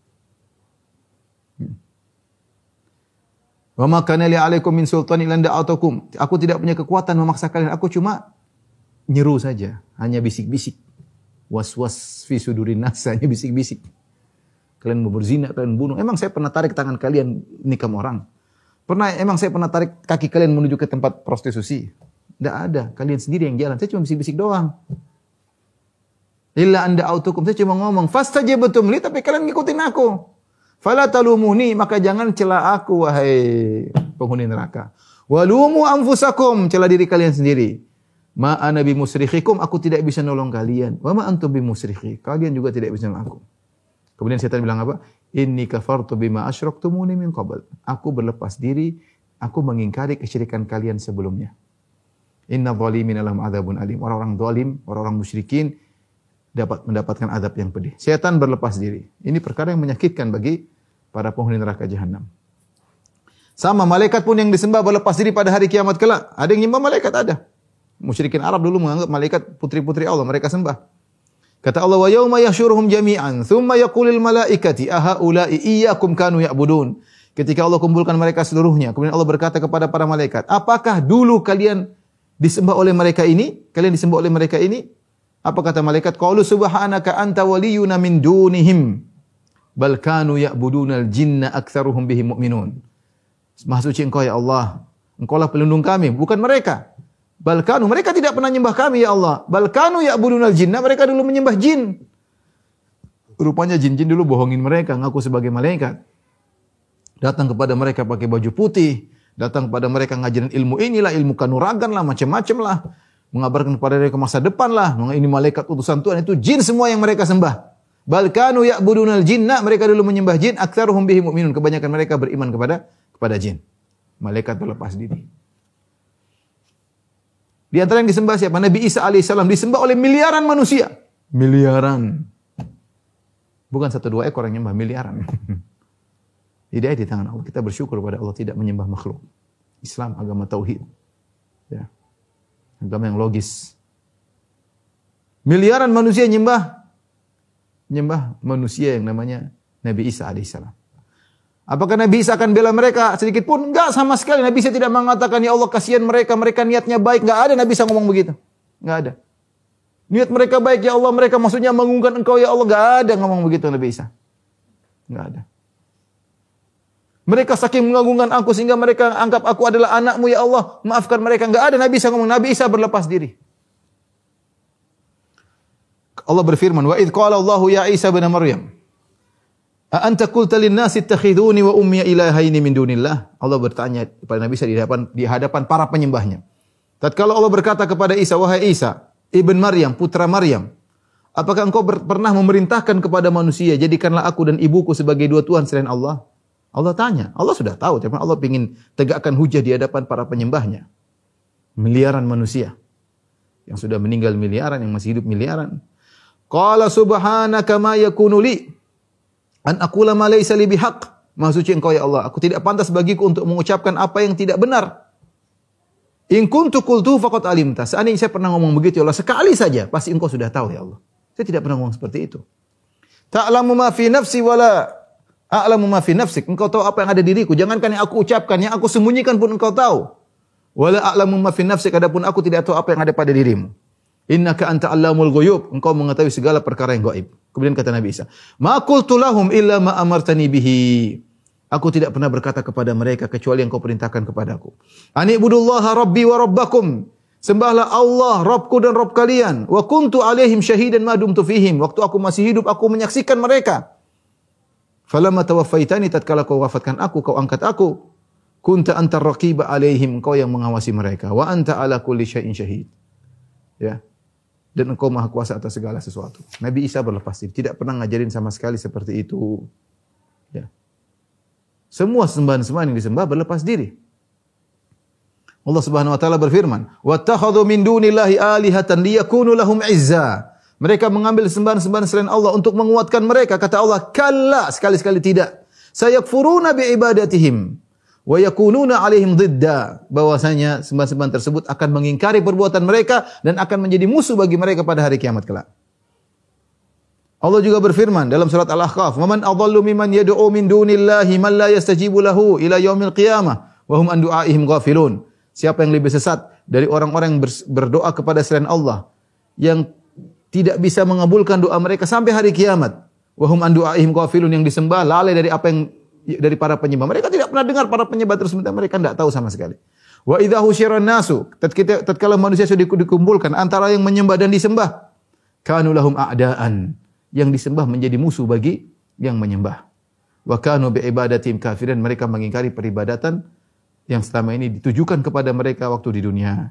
Wa ma kana li 'alaikum min sultanin illa da'atukum. Aku tidak punya kekuatan memaksa kalian, aku cuma nyeru saja, hanya bisik-bisik. Was-was fi sudurin nas, hanya bisik-bisik. Kalian mau berzina, kalian bunuh. Emang saya pernah tarik tangan kalian nikam orang? Emang saya pernah tarik kaki kalian menuju ke tempat prostitusi? Tidak ada, kalian sendiri yang jalan. Saya cuma bisik-bisik doang. Illa anda autukum, saya cuma ngomong fastajabtum li, tapi kalian ngikutin aku. Fala talumuni, maka jangan cela aku wahai penghuni neraka. Walumu anfusakum, cela diri kalian sendiri. Ma ana bimusrikhikum, aku tidak bisa nolong kalian. Wa ma antum bimusrikhi, kalian juga tidak bisa nolong aku. Kemudian setan bilang apa? Inni kafartu bima asyraktumuni min qabl. Aku berlepas diri, aku mengingkari kesyirikan kalian sebelumnya. Inna zalimin lahum adzabun alim. Orang-orang zalim, orang-orang musyrikin dapat mendapatkan azab yang pedih. Setan berlepas diri. Ini perkara yang menyakitkan bagi para penghuni neraka jahanam. Sama malaikat pun yang disembah berlepas diri pada hari kiamat kelak. Ada yang nyembah malaikat, ada. Musyrikin Arab dulu menganggap malaikat putri-putri Allah, mereka sembah. Kata Allah, wa yauma yahsyuruhum jami'an, thumma yaqulul malaikati ahaula'i iyyakum kanu ya'budun. Ketika Allah kumpulkan mereka seluruhnya, kemudian Allah berkata kepada para malaikat, apakah dulu kalian disembah oleh mereka ini? Kalian disembah oleh mereka ini? Apa kata malaikat? Qalu subhanaka anta waliyuna min dunihim bal kanu ya'budunal jinna aktsaruhum bihim mu'minun. Maha suci Engkau ya Allah. Engkau lah pelindung kami, bukan mereka. Balkanu, mereka tidak pernah menyembah kami ya Allah. Balkanu ya'budunal jinna, mereka dulu menyembah jin. Rupanya jin-jin dulu bohongin mereka, ngaku sebagai malaikat. Datang kepada mereka pakai baju putih, datang kepada mereka ngajarin ilmu inilah, ilmu kanuragan lah, macam-macam lah. Mengabarkan kepada mereka masa depan lah. Ini malaikat utusan Tuhan, itu jin semua yang mereka sembah. Balkanu ya'budunal jinna, mereka dulu menyembah jin, aktsaruhum bihim mu'minun, kebanyakan mereka beriman kepada jin. Malaikat berlepas diri. Di antara yang disembah siapa? Nabi Isa alaihissalam disembah oleh miliaran manusia. Miliaran. Bukan 1-2 ekor yang menyembah, miliaran. Hidayah di tangan Allah. Kita bersyukur pada Allah tidak menyembah makhluk. Islam agama tauhid. Ya. Agama yang logis. Miliaran manusia nyembah manusia yang namanya Nabi Isa alaihissalam. Apakah Nabi Isa akan bela mereka sedikit pun? Enggak sama sekali. Nabi Isa tidak mengatakan, ya Allah kasihan mereka, mereka niatnya baik. Enggak ada Nabi Isa ngomong begitu. Enggak ada. Niat mereka baik, ya Allah, mereka maksudnya mengagungkan Engkau, ya Allah. Enggak ada ngomong begitu Nabi Isa. Enggak ada. Mereka saking mengagungkan aku sehingga mereka anggap aku adalah anakmu, ya Allah. Maafkan mereka. Enggak ada Nabi Isa ngomong. Nabi Isa berlepas diri. Allah berfirman, wa idh qala Allahu ya Isa bin Maryam, a anta qulta lin-nasi ittakhiduni wa ummi ilahaini min dunillah. Allah bertanya kepada Nabi Isa di hadapan para penyembahnya. Tatkala Allah berkata kepada Isa, wahai Isa ibn Maryam, putra Maryam, apakah engkau pernah memerintahkan kepada manusia, jadikanlah aku dan ibuku sebagai dua Tuhan selain Allah? Allah tanya. Allah sudah tahu, tapi Allah ingin tegakkan hujah di hadapan para penyembahnya. Miliaran manusia yang sudah meninggal miliaran, yang masih hidup miliaran. Qala subhanaka ma yakunu li an aqula ma laysa li bihaq. Maha suci Engkau ya Allah, aku tidak pantas bagiku untuk mengucapkan apa yang tidak benar. In kuntu qultu faqad alimta. Seandainya saya pernah ngomong begitu ya Allah, sekali saja pasti Engkau sudah tahu ya Allah. Saya tidak pernah ngomong seperti itu. Ta'lamu ma fi nafsi wala a'lamu ma fi nafsik. Engkau tahu apa yang ada di diriku, jangankan yang aku ucapkan, yang aku sembunyikan pun Engkau tahu. Wala a'lamu ma fi nafsik, adapun aku tidak tahu apa yang ada pada dirimu. Innaka anta allamul ghuyub, engkau mengetahui segala perkara yang gaib. Kemudian kata Nabi Isa, ma qultu lahum illa ma amartani bihi. Aku tidak pernah berkata kepada mereka kecuali yang kau perintahkan kepadaku. Ani ibudullaha rabbi wa rabbakum. Sembahlah Allah, Rabbku dan Rabb kalian. Wa kuntu alaihim syahidan ma dumtu fihim. Waktu aku masih hidup, aku menyaksikan mereka. Falamma tawaffaitani, tatkala kau wafatkan aku, kau angkat aku. Kunta antar raqiba alaihim, engkau yang mengawasi mereka. Wa anta ala kulli syai'in syahid. Ya. Dan engkau maha kuasa atas segala sesuatu. Nabi Isa berlepas diri. Tidak pernah ngajarin sama sekali seperti itu. Ya. Semua sembahan-sembahan yang disembah berlepas diri. Allah Subhanahu wa taala berfirman, "Wattakhadhu min dunillahi alihatan liyakunu lahum izza." Mereka mengambil sembahan-sembahan selain Allah untuk menguatkan mereka. Kata Allah, "Kalla," sekali-sekali tidak. "Sayakfuruna biibadatihim wa yakununa 'alaihim dhidda." Bahwasanya sembahan-sembahan tersebut akan mengingkari perbuatan mereka dan akan menjadi musuh bagi mereka pada hari kiamat kelak. Allah juga berfirman dalam surat Al-Ahqaf, "Wa man adhallu mimman yad'u min dunillahi man la yastajibu lahu ila yaumil qiyamah wa hum an du'aihim ghafilun." Siapa yang lebih sesat dari orang-orang yang berdoa kepada selain Allah yang tidak bisa mengabulkan doa mereka sampai hari kiamat. Wa hum an du'aihim ghafilun, yang disembah lalai dari apa yang dari para penyembah. Mereka tidak pernah dengar para penyembah tersebut, mereka tidak tahu sama sekali. Wa idza husyiran nasu, tatkala manusia sudah dikumpulkan antara yang menyembah dan disembah, kanu lahum a'daan, yang disembah menjadi musuh bagi yang menyembah. Wa kanu bi ibadatihim kafirin, mereka mengingkari peribadatan yang selama ini ditujukan kepada mereka waktu di dunia.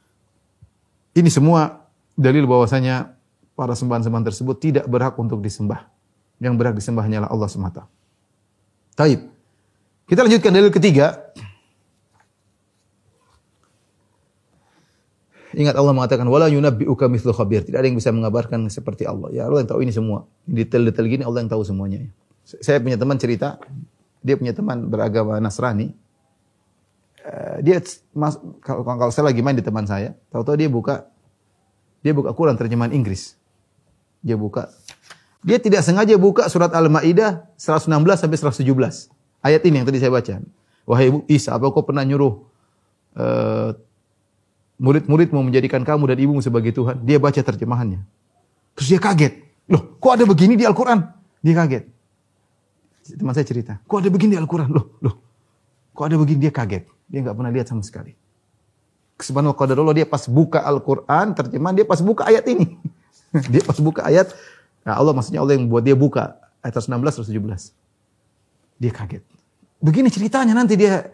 Ini semua dalil bahwasanya para sembahan-sembahan tersebut tidak berhak untuk disembah. Yang berhak disembah hanyalah Allah semata. Taib. Kita lanjutkan dalil ketiga. Ingat Allah mengatakan wala yunabbi'uka mithlu khabir. Tidak ada yang bisa mengabarkan seperti Allah. Ya Allah yang tahu ini semua. Detail-detail gini Allah yang tahu semuanya. Saya punya teman cerita, dia punya teman beragama Nasrani. Dia kalau saya lagi main di teman saya, tahu-tahu dia buka Quran terjemahan Inggris. Dia tidak sengaja buka surat Al-Maidah 116 sampai 117. Ayat ini yang tadi saya baca. Wahai Isa, apa kau pernah nyuruh murid-muridmu menjadikan kamu dan ibumu sebagai Tuhan? Dia baca terjemahannya. Terus dia kaget. Loh, kok ada begini di Al-Quran? Dia kaget. Teman saya cerita, kok ada begini di Al-Quran? Loh, kok ada begini? Dia kaget. Dia enggak pernah lihat sama sekali. Subhanallah, qadarullah, dia pas buka Al-Quran terjemahan, dia pas buka ayat ini. Dia pas buka ayat, nah Allah maksudnya Allah yang buat dia buka ayat 116 117. Dia kaget. Begini ceritanya nanti dia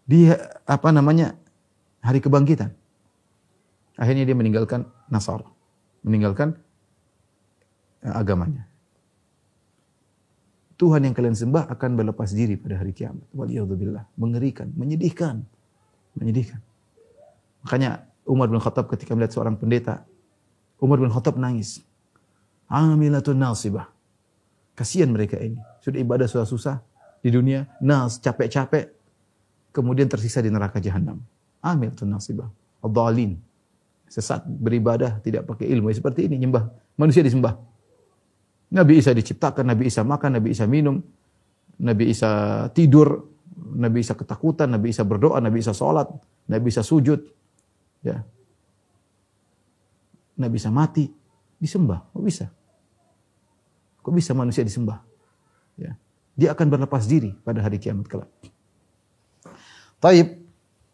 hari kebangkitan. Akhirnya dia meninggalkan Nasara, meninggalkan agamanya. Tuhan yang kalian sembah akan berlepas diri pada hari kiamat. Waliyadzubillah. Mengerikan, menyedihkan. Makanya Umar bin Khattab ketika melihat seorang pendeta, Umar bin Khattab nangis. Amilatun nasibah. Kasihan mereka ini. Sudah ibadah susah-susah di dunia, capek-capek, kemudian tersisa di neraka jahanam. Amilatun nasibah. Ad-dhalin. Sesat, beribadah, tidak pakai ilmu. Seperti ini, nyembah. Manusia disembah. Nabi Isa diciptakan, Nabi Isa makan, Nabi Isa minum. Nabi Isa tidur, Nabi Isa ketakutan, Nabi Isa berdoa, Nabi Isa sholat, Nabi Isa sujud, ya. Nabi Isa mati, disembah. Kok bisa? Kok bisa manusia disembah? Ya. Dia akan berlepas diri pada hari kiamat kelak. Taib.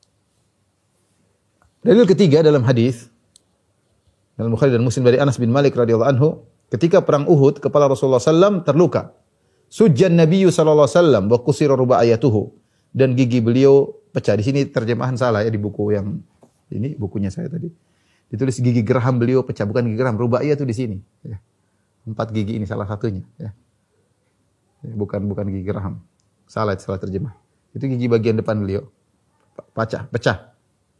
Dalil ketiga dalam hadis dalam Bukhari dan Muslim dari Anas bin Malik radhiyallahu anhu, ketika perang Uhud, kepala Rasulullah SAW terluka. Sujjan Nabiyyu sallallahu alaihi wasallam wa kusira rubaiyatuhu, dan gigi beliau pecah. Di sini terjemahan salah ya di buku yang ini, bukunya saya tadi. Ditulis gigi geraham beliau pecah, bukan gigi geraham. Rubaiyah itu di sini. Ya. 4 gigi ini salah satunya. Ya. Bukan gigi geraham. Salah terjemah. Itu gigi bagian depan beliau. Pecah.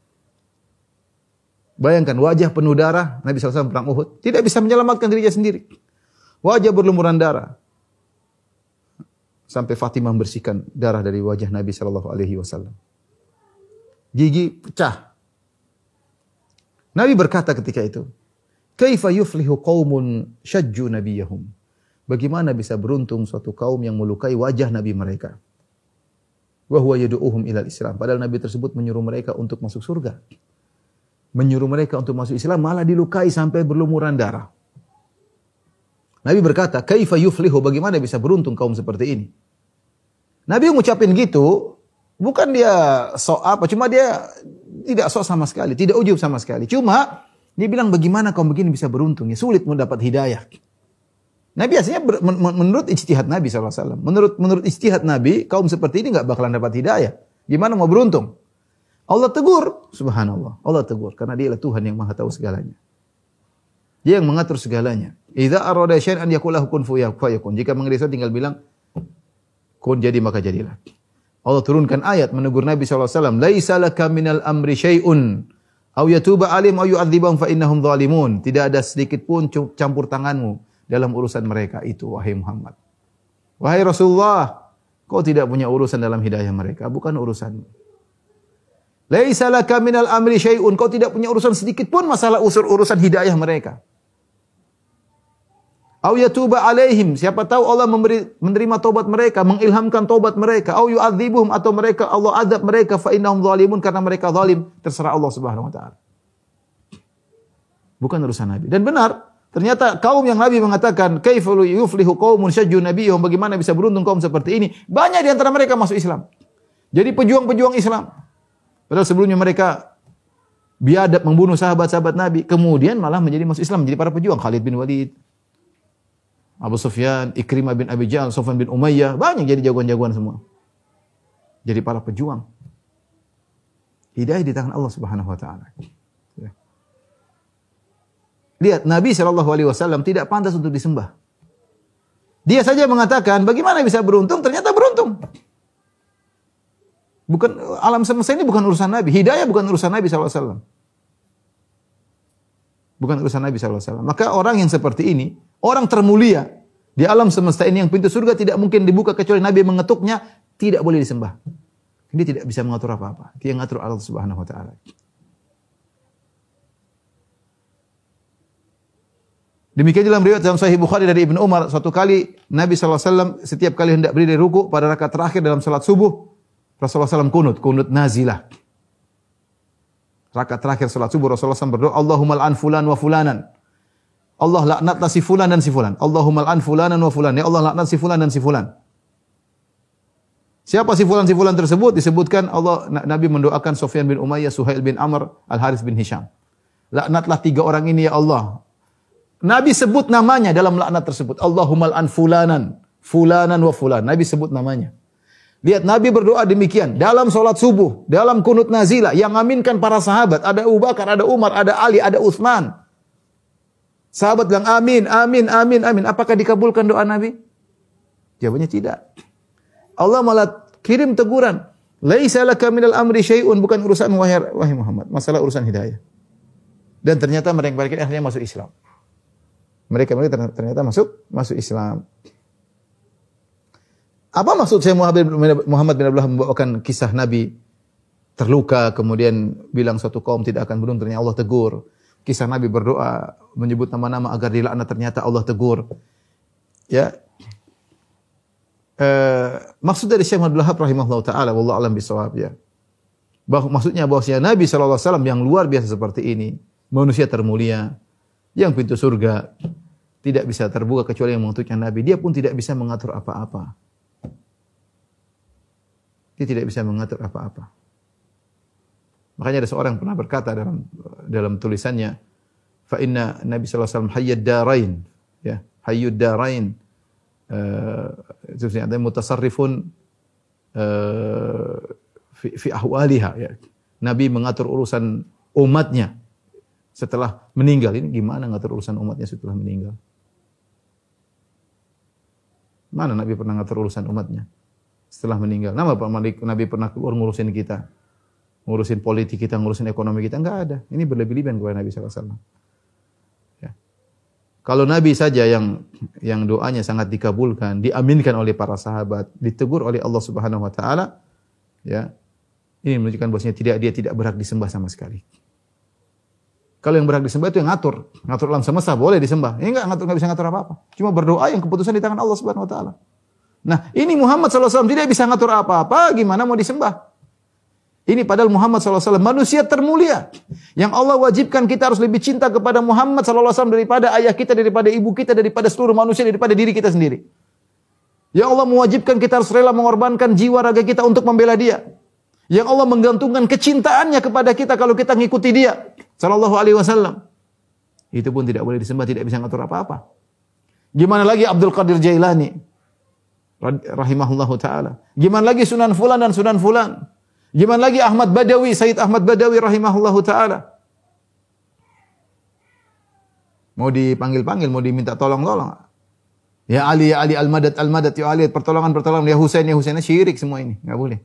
Bayangkan wajah penuh darah, Nabi SAW perang Uhud. Tidak bisa menyelamatkan dirinya sendiri. Wajah berlumuran darah. Sampai Fatimah membersihkan darah dari wajah Nabi SAW. Gigi pecah. Nabi berkata ketika itu, "Kaifa yuflihu qaumun syajju nabiyahum?" Bagaimana bisa beruntung suatu kaum yang melukai wajah Nabi mereka? Wa huwa yad'uuhum ilal Islam. Padahal Nabi tersebut menyuruh mereka untuk masuk surga. Menyuruh mereka untuk masuk Islam, malah dilukai sampai berlumuran darah. Nabi berkata, "Kaifa yuflihu?" Bagaimana bisa beruntung kaum seperti ini? Nabi mengucapin gitu, bukan dia sok apa, cuma dia tidak sok sama sekali, tidak ujub sama sekali. Cuma dia bilang, bagaimana kaum begini bisa beruntung? Ya sulit mendapat hidayah. Nabi aslinya menurut ijtihad Nabi SAW. Menurut ijtihad Nabi, kaum seperti ini nggak bakalan dapat hidayah. Gimana mau beruntung? Allah tegur, subhanallah. Allah tegur, karena dia adalah Tuhan yang maha tahu segalanya. Dia yang mengatur segalanya. Idza arada syai'an an yaqul lahu kun fayakun. Jika mengenai sesuatu tinggal bilang kun, jadi maka jadilah. Allah turunkan ayat menegur Nabi SAW. Laisa laka minal amri syai'un aw yatuba alim aw yu'adzibahum fa innahum zalimun. Tidak ada sedikit pun campur tanganmu dalam urusan mereka itu, wahai Muhammad. Wahai Rasulullah, kau tidak punya urusan dalam hidayah mereka, bukan urusanmu. Laisa laka minal amri syai'un. Kau tidak punya urusan sedikit pun masalah urusan hidayah mereka. Au yatuba alaihim, siapa tahu Allah menerima tobat mereka, mengilhamkan tobat mereka. Au yu'adzibuhum, atau mereka Allah azab mereka, fa innahum zalimun, karena mereka zalim, terserah Allah Subhanahu wa taala. Bukan urusan Nabi. Dan benar, ternyata kaum yang Nabi mengatakan kaifa yuflihu qaumun syajju nabiyyahum, bagaimana bisa beruntung kaum seperti ini? Banyak di antara mereka masuk Islam. Jadi pejuang-pejuang Islam. Padahal sebelumnya mereka biadab membunuh sahabat-sahabat Nabi, kemudian malah menjadi masuk Islam, menjadi para pejuang. Khalid bin Walid, Abu Sufyan, Ikrimah bin Abi Jahal, Sufyan bin Umayyah, banyak jadi jagoan-jagoan semua. Jadi para pejuang. Hidayah di tangan Allah Subhanahu wa taala. Lihat, Nabi SAW tidak pantas untuk disembah. Dia saja mengatakan, bagaimana bisa beruntung? Ternyata beruntung. Bukan, alam semesta ini bukan urusan Nabi. Hidayah bukan urusan Nabi SAW. Bukan urusan Nabi SAW. Maka orang yang seperti ini, orang termulia di alam semesta ini, yang pintu surga tidak mungkin dibuka kecuali Nabi mengetuknya, tidak boleh disembah. Dia tidak bisa mengatur apa-apa. Dia yang mengatur Allah Subhanahu wa taala. Demikian dalam riwayat dalam Sahih Bukhari dari Ibnu Umar, suatu kali Nabi SAW setiap kali hendak berdiri ruku pada rakaat terakhir dalam salat subuh, Rasulullah SAW kunut nazilah. Rakaat terakhir salat subuh Rasulullah SAW berdoa, Allahumma al'an fulan wa fulanan. Allah laknatlah si fulan dan si fulan. Allahumma al'an fulanan wa fulan. Ya Allah laknat si fulan dan si fulan. Siapa si fulan tersebut? Disebutkan Allah, Nabi mendoakan Sufyan bin Umayyah, Suhail bin Amr, Al-Harits bin Hisham. Laknatlah 3 orang ini ya Allah. Nabi sebut namanya dalam laknat tersebut. Allahumma al'an fulanan wa fulan. Nabi sebut namanya. Lihat, Nabi berdoa demikian dalam salat subuh, dalam kunut nazilah, yang aminkan para sahabat. Ada Abu Bakar, ada Umar, ada Ali, ada Utsman. Sahabat bilang amin, amin, amin, amin. Apakah dikabulkan doa Nabi? Jawabannya tidak. Allah malah kirim teguran. Laisa laka minal amri syai'un, bukan urusan wahai Muhammad, masalah urusan hidayah. Dan ternyata mereka akhirnya masuk Islam. Mereka ternyata masuk Islam. Apa maksud saya Muhammad bin Abdullah membawakan kisah Nabi terluka kemudian bilang suatu kaum tidak akan beruntung, ternyata Allah tegur. Kisah Nabi berdoa menyebut nama-nama agar dilaknat, ternyata Allah tegur. Ya. maksud dari Syekh Abdul Wahab rahimahullah taala wallahu alam bisawab ya. Maksudnya bahwasanya Nabi sallallahu alaihi wasallam yang luar biasa seperti ini, manusia termulia, yang pintu surga tidak bisa terbuka kecuali yang mengutusnya Nabi. Dia pun tidak bisa mengatur apa-apa. Dia tidak bisa mengatur apa-apa. Makanya ada seorang yang pernah berkata dalam tulisannya, fa inna Nabi sallallahu alaihi wasallam hayyud darain, ya, hayyud darain. Itu artinya mutasarrifun fi ahwaliha ya. Nabi mengatur urusan umatnya setelah meninggal. Ini gimana ngatur urusan umatnya setelah meninggal? Mana Nabi pernah ngatur urusan umatnya setelah meninggal? Nabi pernah keluar ngurusin kita, ngurusin politik kita, ngurusin ekonomi kita? Enggak ada. Ini berlebih-lebihan kepada Nabi sallallahu alaihi wasallam. Ya. Kalau Nabi saja yang doanya sangat dikabulkan, diaminkan oleh para sahabat, ditegur oleh Allah Subhanahu wa taala, ya. Ini menunjukkan bahwasanya dia tidak berhak disembah sama sekali. Kalau yang berhak disembah itu yang ngatur alam semesta boleh disembah. Ini enggak bisa ngatur apa-apa. Cuma berdoa yang keputusan di tangan Allah Subhanahu wa taala. Nah, ini Muhammad sallallahu alaihi wasallam tidak bisa ngatur apa-apa, gimana mau disembah? Ini padahal Muhammad sallallahu alaihi wasallam manusia termulia yang Allah wajibkan kita harus lebih cinta kepada Muhammad sallallahu alaihi wasallam daripada ayah kita, daripada ibu kita, daripada seluruh manusia, daripada diri kita sendiri. Yang Allah mewajibkan kita harus rela mengorbankan jiwa raga kita untuk membela dia. Yang Allah menggantungkan kecintaannya kepada kita kalau kita ngikuti dia sallallahu alaihi wasallam. Itu pun tidak boleh disembah, tidak bisa ngatur apa-apa. Gimana lagi Abdul Qadir Jailani rahimahullahu taala? Gimana lagi Sunan Fulan dan Sunan Fulan? Gimana lagi Ahmad Badawi, Sayyid Ahmad Badawi rahimahullahu taala? Mau dipanggil-panggil, mau diminta tolong-tolong. Ya Ali al-Madad al-Madad, ya Ali pertolongan, ya Husain syirik semua ini, enggak boleh.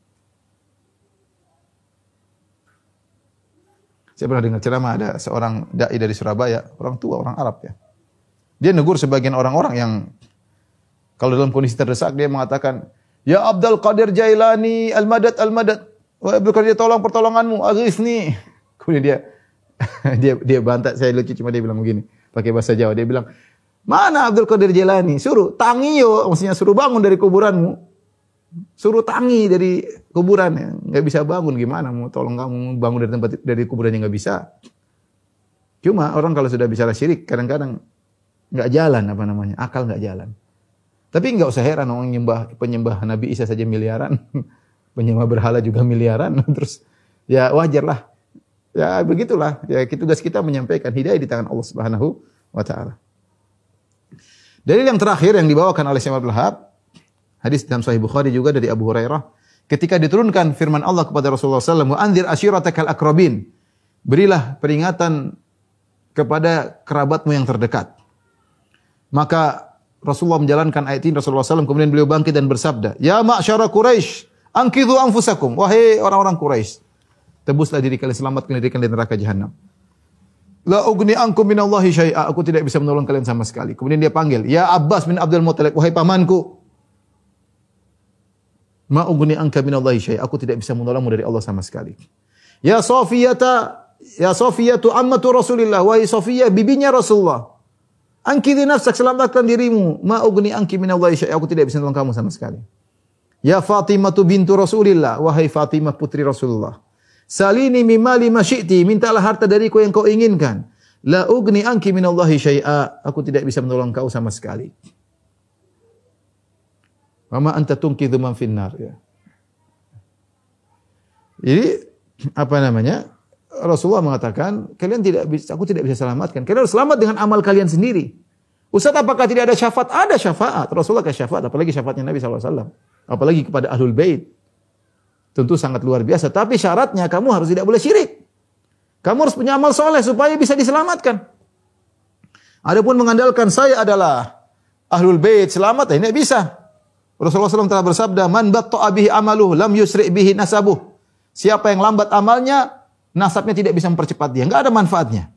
Saya pernah dengar ceramah ada seorang dai dari Surabaya, orang tua, orang Arab ya. Dia negur sebagian orang-orang yang kalau dalam kondisi terdesak dia mengatakan, "Ya Abdul Qadir Jailani, al-Madad al-Madad. Wahai Abdul Qadir, tolong pertolonganmu, aghithni." Kemudian dia bantah, saya lucu cuma dia bilang begini, pakai bahasa Jawa. Dia bilang, "Mana Abdul Qadir Jailani? Suruh tangiyo, maksudnya suruh bangun dari kuburanmu. Suruh tangi dari kuburan, nggak bisa bangun, gimana mau tolong kamu bangun dari tempat dari kuburannya, nggak bisa." Cuma orang kalau sudah bicara syirik kadang-kadang nggak jalan akal nggak jalan. Tapi nggak usah heran orang penyembah Nabi Isa saja miliaran, penyembah berhala juga miliaran, terus ya wajar lah, ya begitulah. Ya tugas kita menyampaikan hidayah di tangan Allah Subhanahu wa taala. Dalil yang terakhir yang dibawakan oleh Syekh Abdul Wahab, hadis dalam Sahih Bukhari juga dari Abu Hurairah, ketika diturunkan firman Allah kepada Rasulullah SAW, "Wa anzir ashiratakal aqrabin." Berilah peringatan kepada kerabatmu yang terdekat. Maka Rasulullah menjalankan ayat ini Rasulullah SAW, kemudian beliau bangkit dan bersabda, "Ya ma'syara Quraisy, anqidhu anfusakum." Wahai orang-orang Quraisy, tebuslah diri kalian, selamatkan diri kalian dari neraka jahanam. "La ugni ankum minallahi syai'a." Aku tidak bisa menolong kalian sama sekali. Kemudian dia panggil, "Ya Abbas bin Abdul Muttalib, wahai pamanku, ma ugni anka minallahi syai'a." Aku tidak bisa menolongmu dari Allah sama sekali. "Ya Safiyatu ammatu Rasulillah." Wahai Safiyah, bibinya Rasulullah, "Anqidhi nafsak, selamatkan dirimu. Ma ugni anki minallahi syai'a." Aku tidak bisa menolong kamu sama sekali. "Ya Fatimatu bintu Rasulillah." Wahai Fatimah putri Rasulullah, "Salini mimali ma syi'ti." Mintalah harta dariku yang kau inginkan. "La ugni anki minallahi syai'a." Aku tidak bisa menolong kau sama sekali. "Wa ma anta tunqidhu man finnar." Ya. Jadi Rasulullah mengatakan, aku tidak bisa selamatkan. Kalian harus selamat dengan amal kalian sendiri. Ustaz, apakah tidak ada syafaat? Ada syafaat. Rasulullah kasih syafaat, apalagi syafaatnya Nabi SAW. Apalagi kepada Ahlul Bait. Tentu sangat luar biasa. Tapi syaratnya kamu harus tidak boleh syirik. Kamu harus punya amal soleh supaya bisa diselamatkan. Adapun mengandalkan saya adalah Ahlul Bait selamat, ini tidak bisa. Rasulullah SAW telah bersabda, "Man batta'a bihi amaluhu lam yusri' bihi nasabuh." Siapa yang lambat amalnya, nasabnya tidak bisa mempercepat dia, enggak ada manfaatnya.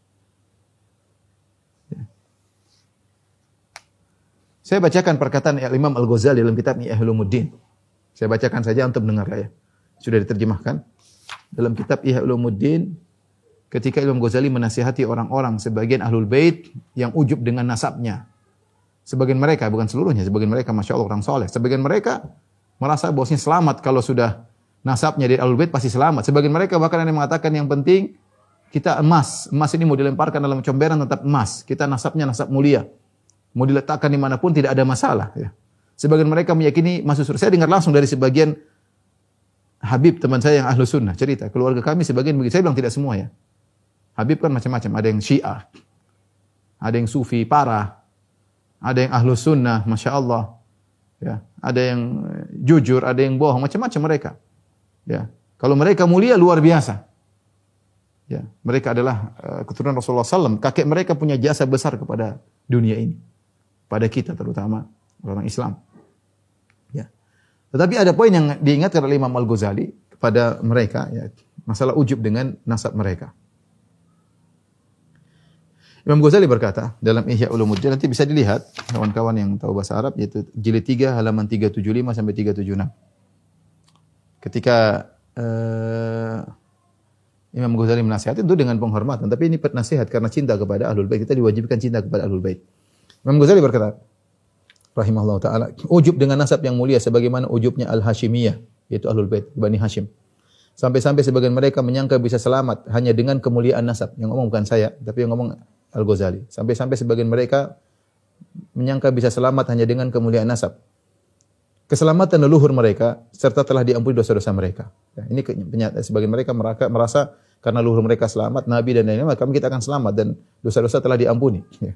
Saya bacakan perkataan Imam Al-Ghazali dalam kitab Ihya Ulumuddin. Saya bacakan saja untuk mendengar ya. Sudah diterjemahkan dalam kitab Ihya Ulumuddin ketika Imam Ghazali menasihati orang-orang sebagian Ahlul Bait yang ujub dengan nasabnya. Sebagian mereka, bukan seluruhnya, sebagian mereka Masya Allah orang soleh. Sebagian mereka merasa bahwasanya selamat kalau sudah nasabnya dari Ahlul Bait pasti selamat. Sebagian mereka bahkan ada yang mengatakan yang penting kita emas. Emas ini mau dilemparkan dalam comberan tetap emas. Kita nasabnya nasab mulia. Mau diletakkan dimanapun tidak ada masalah. Ya. Sebagian mereka meyakini masuk surga. Saya dengar langsung dari sebagian Habib teman saya yang ahlu sunnah cerita. Keluarga kami sebagian begitu. Saya bilang tidak semua ya. Habib kan macam-macam. Ada yang Syiah. Ada yang Sufi parah. Ada yang ahlu sunnah. Masya Allah. Ya. Ada yang jujur. Ada yang bohong. Macam-macam mereka. Ya. Kalau mereka mulia luar biasa. Ya. Mereka adalah keturunan Rasulullah SAW. Kakek mereka punya jasa besar kepada dunia ini. Pada kita terutama orang Islam. Ya. Tetapi ada poin yang diingatkan oleh Imam Al-Ghazali kepada mereka. Ya. Masalah ujub dengan nasab mereka. Imam Ghazali berkata dalam Ihya Ulumuddin, nanti bisa dilihat kawan-kawan yang tahu bahasa Arab, yaitu jilid 3 halaman 375 sampai 376. Ketika Imam Ghazali menasihati itu dengan penghormatan, tapi ini nasihat karena cinta kepada Ahlul Bait. Kita diwajibkan cinta kepada Ahlul Bait. Imam Ghazali berkata, rahimahullah taala, ujub dengan nasab yang mulia sebagaimana ujubnya Al-Hashimiyah, yaitu Ahlul Bait, Bani Hashim. Sampai-sampai sebagian mereka menyangka bisa selamat hanya dengan kemuliaan nasab. Yang ngomong bukan saya, tapi yang ngomong Al-Ghazali. Sampai-sampai sebagian mereka menyangka bisa selamat hanya dengan kemuliaan nasab. Keselamatan leluhur mereka serta telah diampuni dosa-dosa mereka. Ya, ini sebagian mereka merasa karena leluhur mereka selamat, Nabi dan lain-lain, maka kita akan selamat dan dosa-dosa telah diampuni. Ya.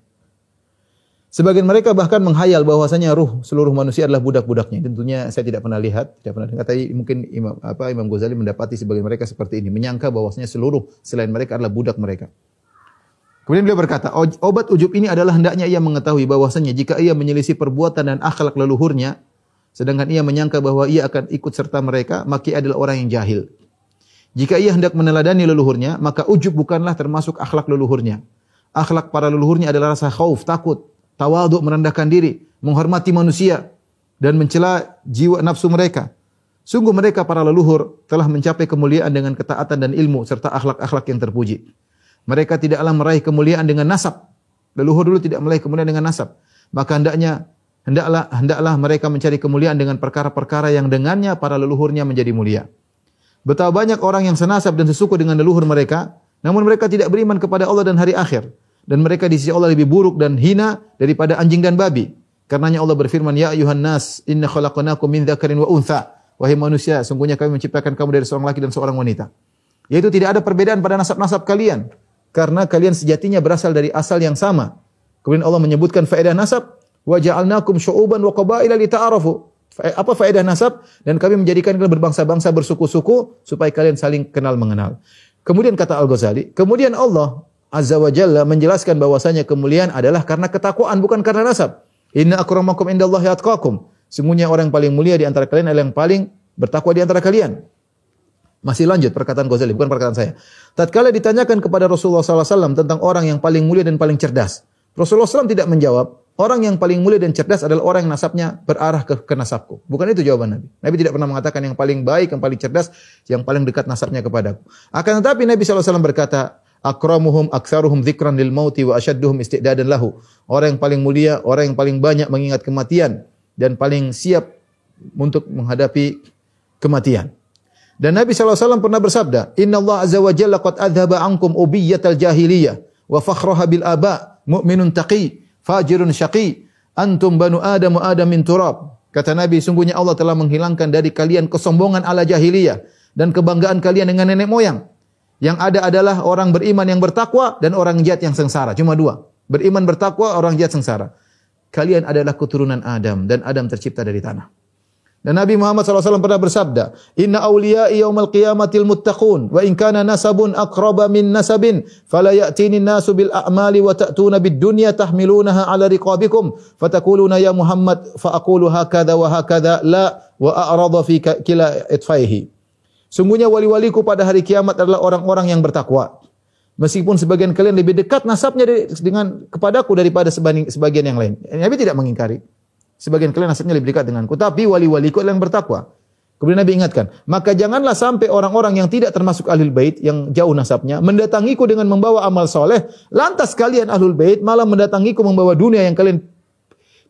Sebagian mereka bahkan menghayal bahwasanya ruh seluruh manusia adalah budak-budaknya. Tentunya saya tidak pernah lihat, tidak pernah dengar, tapi mungkin Imam Ghazali mendapati sebagian mereka seperti ini, menyangka bahwasanya seluruh selain mereka adalah budak mereka. Kemudian beliau berkata, obat ujub ini adalah hendaknya ia mengetahui bahwasanya jika ia menyelisih perbuatan dan akhlak leluhurnya, sedangkan ia menyangka bahwa ia akan ikut serta mereka, maka ia adalah orang yang jahil. Jika ia hendak meneladani leluhurnya, maka ujub bukanlah termasuk akhlak leluhurnya. Akhlak para leluhurnya adalah rasa khauf, takut, tawadhu, merendahkan diri, menghormati manusia, dan mencela jiwa nafsu mereka. Sungguh mereka para leluhur telah mencapai kemuliaan dengan ketaatan dan ilmu, serta akhlak-akhlak yang terpuji. Mereka tidaklah meraih kemuliaan dengan nasab. Leluhur dulu tidak meraih kemuliaan dengan nasab. Maka hendaklah mereka mencari kemuliaan dengan perkara-perkara yang dengannya para leluhurnya menjadi mulia. Betapa banyak orang yang senasab dan sesuku dengan leluhur mereka, namun mereka tidak beriman kepada Allah dan hari akhir. Dan mereka di sisi Allah lebih buruk dan hina daripada anjing dan babi. Karenanya Allah berfirman, Ya ayuhan nas, inna khalaqnakum min dzakarin wa untha. Wahai manusia, sungguhnya kami menciptakan kamu dari seorang laki dan seorang wanita. Yaitu tidak ada perbedaan pada nasab-nasab kalian. Karena kalian sejatinya berasal dari asal yang sama. Kemudian Allah menyebutkan faedah nasab, wa ja'alnakum syu'uban wa qabaila lita'arafu. Apa faedah nasab? Dan kami menjadikan kalian berbangsa-bangsa, bersuku-suku supaya kalian saling kenal mengenal. Kemudian kata Al-Ghazali, kemudian Allah Azza wa Jalla menjelaskan bahwasanya kemuliaan adalah karena ketakwaan, bukan karena nasab. Inna akramakum indallahi atqakum. Sungguhnya orang yang paling mulia di antara kalian adalah yang paling bertakwa di antara kalian. Masih lanjut perkataan Ghazali, bukan perkataan saya. Tatkala ditanyakan kepada Rasulullah SAW tentang orang yang paling mulia dan paling cerdas, Rasulullah SAW tidak menjawab, orang yang paling mulia dan cerdas adalah orang yang nasabnya berarah ke nasabku. Bukan itu jawaban Nabi. Nabi tidak pernah mengatakan yang paling baik, yang paling cerdas, yang paling dekat nasabnya kepadaku. Akan tetapi Nabi SAW berkata, akramuhum aktsaruhum dzikran lil mauti wa asyadduhum istidadan lahu. Orang yang paling mulia, orang yang paling banyak mengingat kematian dan paling siap untuk menghadapi kematian. Dan Nabi SAW pernah bersabda, Inna Allah Azza wa Jalla qad adhaba ankum ubiyyatal jahiliyah wa fakhraha bil aba, mu'minun taqi, fajirun syaqi, antum banu Adam wa Adam min turab. Kata Nabi, sungguhnya Allah telah menghilangkan dari kalian kesombongan ala jahiliyah dan kebanggaan kalian dengan nenek moyang. Yang ada adalah orang beriman yang bertakwa dan orang jahat yang sengsara. Cuma dua. Beriman bertakwa, orang jahat sengsara. Kalian adalah keturunan Adam dan Adam tercipta dari tanah. Dan Nabi Muhammad SAW pernah bersabda, Inna awliya'i yawmal qiyamatil muttaqun, wa in kana nasabun aqraba min nasabin, fala ya'tini nasu bil a'mali wa ta'tuna bid dunya tahmilunaha ala riqabikum, fatakuluna ya Muhammad, fa'akulu hakadha wa hakadha, la wa a'radha fi kila itfaihi. Sungguhnya wali-waliku pada hari kiamat adalah orang-orang yang bertakwa. Meskipun sebagian kalian lebih dekat nasabnya dengan kepadaku daripada sebagian yang lain. Nabi tidak mengingkari. Sebagian kalian nasabnya lebih dekat denganku, tapi wali-waliku adalah yang bertakwa. Kemudian Nabi ingatkan, maka janganlah sampai orang-orang yang tidak termasuk Ahlul Bait yang jauh nasabnya mendatangiku dengan membawa amal soleh, lantas kalian Ahlul Bait malah mendatangiku membawa dunia yang kalian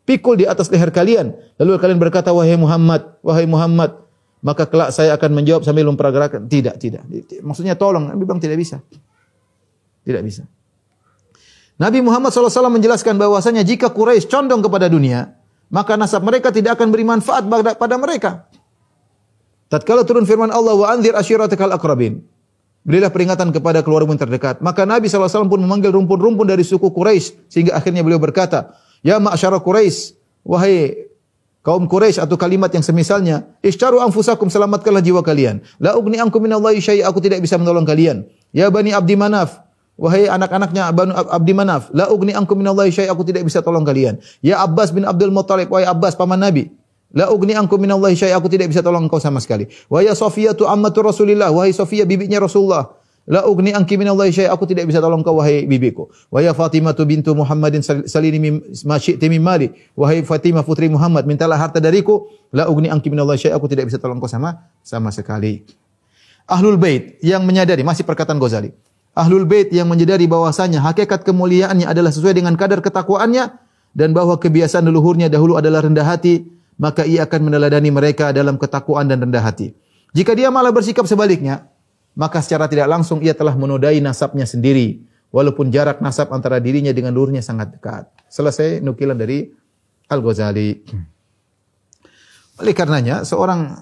pikul di atas leher kalian. Lalu kalian berkata, wahai Muhammad, maka kelak saya akan menjawab sambil memperagakan. Tidak. Maksudnya tolong, Nabi bilang tidak bisa. Tidak bisa. Nabi Muhammad SAW menjelaskan bahwasanya jika Quraisy condong kepada dunia, maka nasab mereka tidak akan beri manfaat pada mereka. Tatkala turun firman Allah, wa anzir ashiratakal aqrabin. Berilah peringatan kepada keluargamu yang terdekat. Maka Nabi SAW pun memanggil rumpun-rumpun dari suku Quraisy sehingga akhirnya beliau berkata, ya ma'asyara Quraisy, wahai kaum Quraisy, atau kalimat yang semisalnya, isyaru anfusakum, selamatkanlah jiwa kalian. La ugni ankum minallahi syai'a, aku tidak bisa menolong kalian. Ya Bani Abdi Manaf, wahai anak-anaknya Bani Abdi Manaf, la ugni ankum minallahi syai'a, aku tidak bisa tolong kalian. Ya Abbas bin Abdul Muttalib, wahai Abbas paman Nabi, la ugni ankum minallahi syai'a, aku tidak bisa tolong engkau sama sekali. Wa ya Safiyatu ammatu Rasulillah, wahai Safiyah bibinya Rasulullah, la ugni anki minallahi syai'a, aku tidak bisa tolong engkau wahai bibiku. Wa ya Fatimah bintu Muhammadin salini ma syi'ti min mali, wahai Fatimah putri Muhammad, mintalah harta dariku, la ugni anki minallahi syai'a, aku tidak bisa tolong engkau sama sekali. Ahlul Bait yang menyadari, masih perkataan Ghazali, Ahlul Bait yang menyadari bahwasanya hakikat kemuliaannya adalah sesuai dengan kadar ketakwaannya dan bahwa kebiasaan leluhurnya dahulu adalah rendah hati, maka ia akan meneladani mereka dalam ketakwaan dan rendah hati. Jika dia malah bersikap sebaliknya, maka secara tidak langsung ia telah menodai nasabnya sendiri, walaupun jarak nasab antara dirinya dengan leluhurnya sangat dekat. Selesai nukilan dari Al-Ghazali. Oleh karenanya, seorang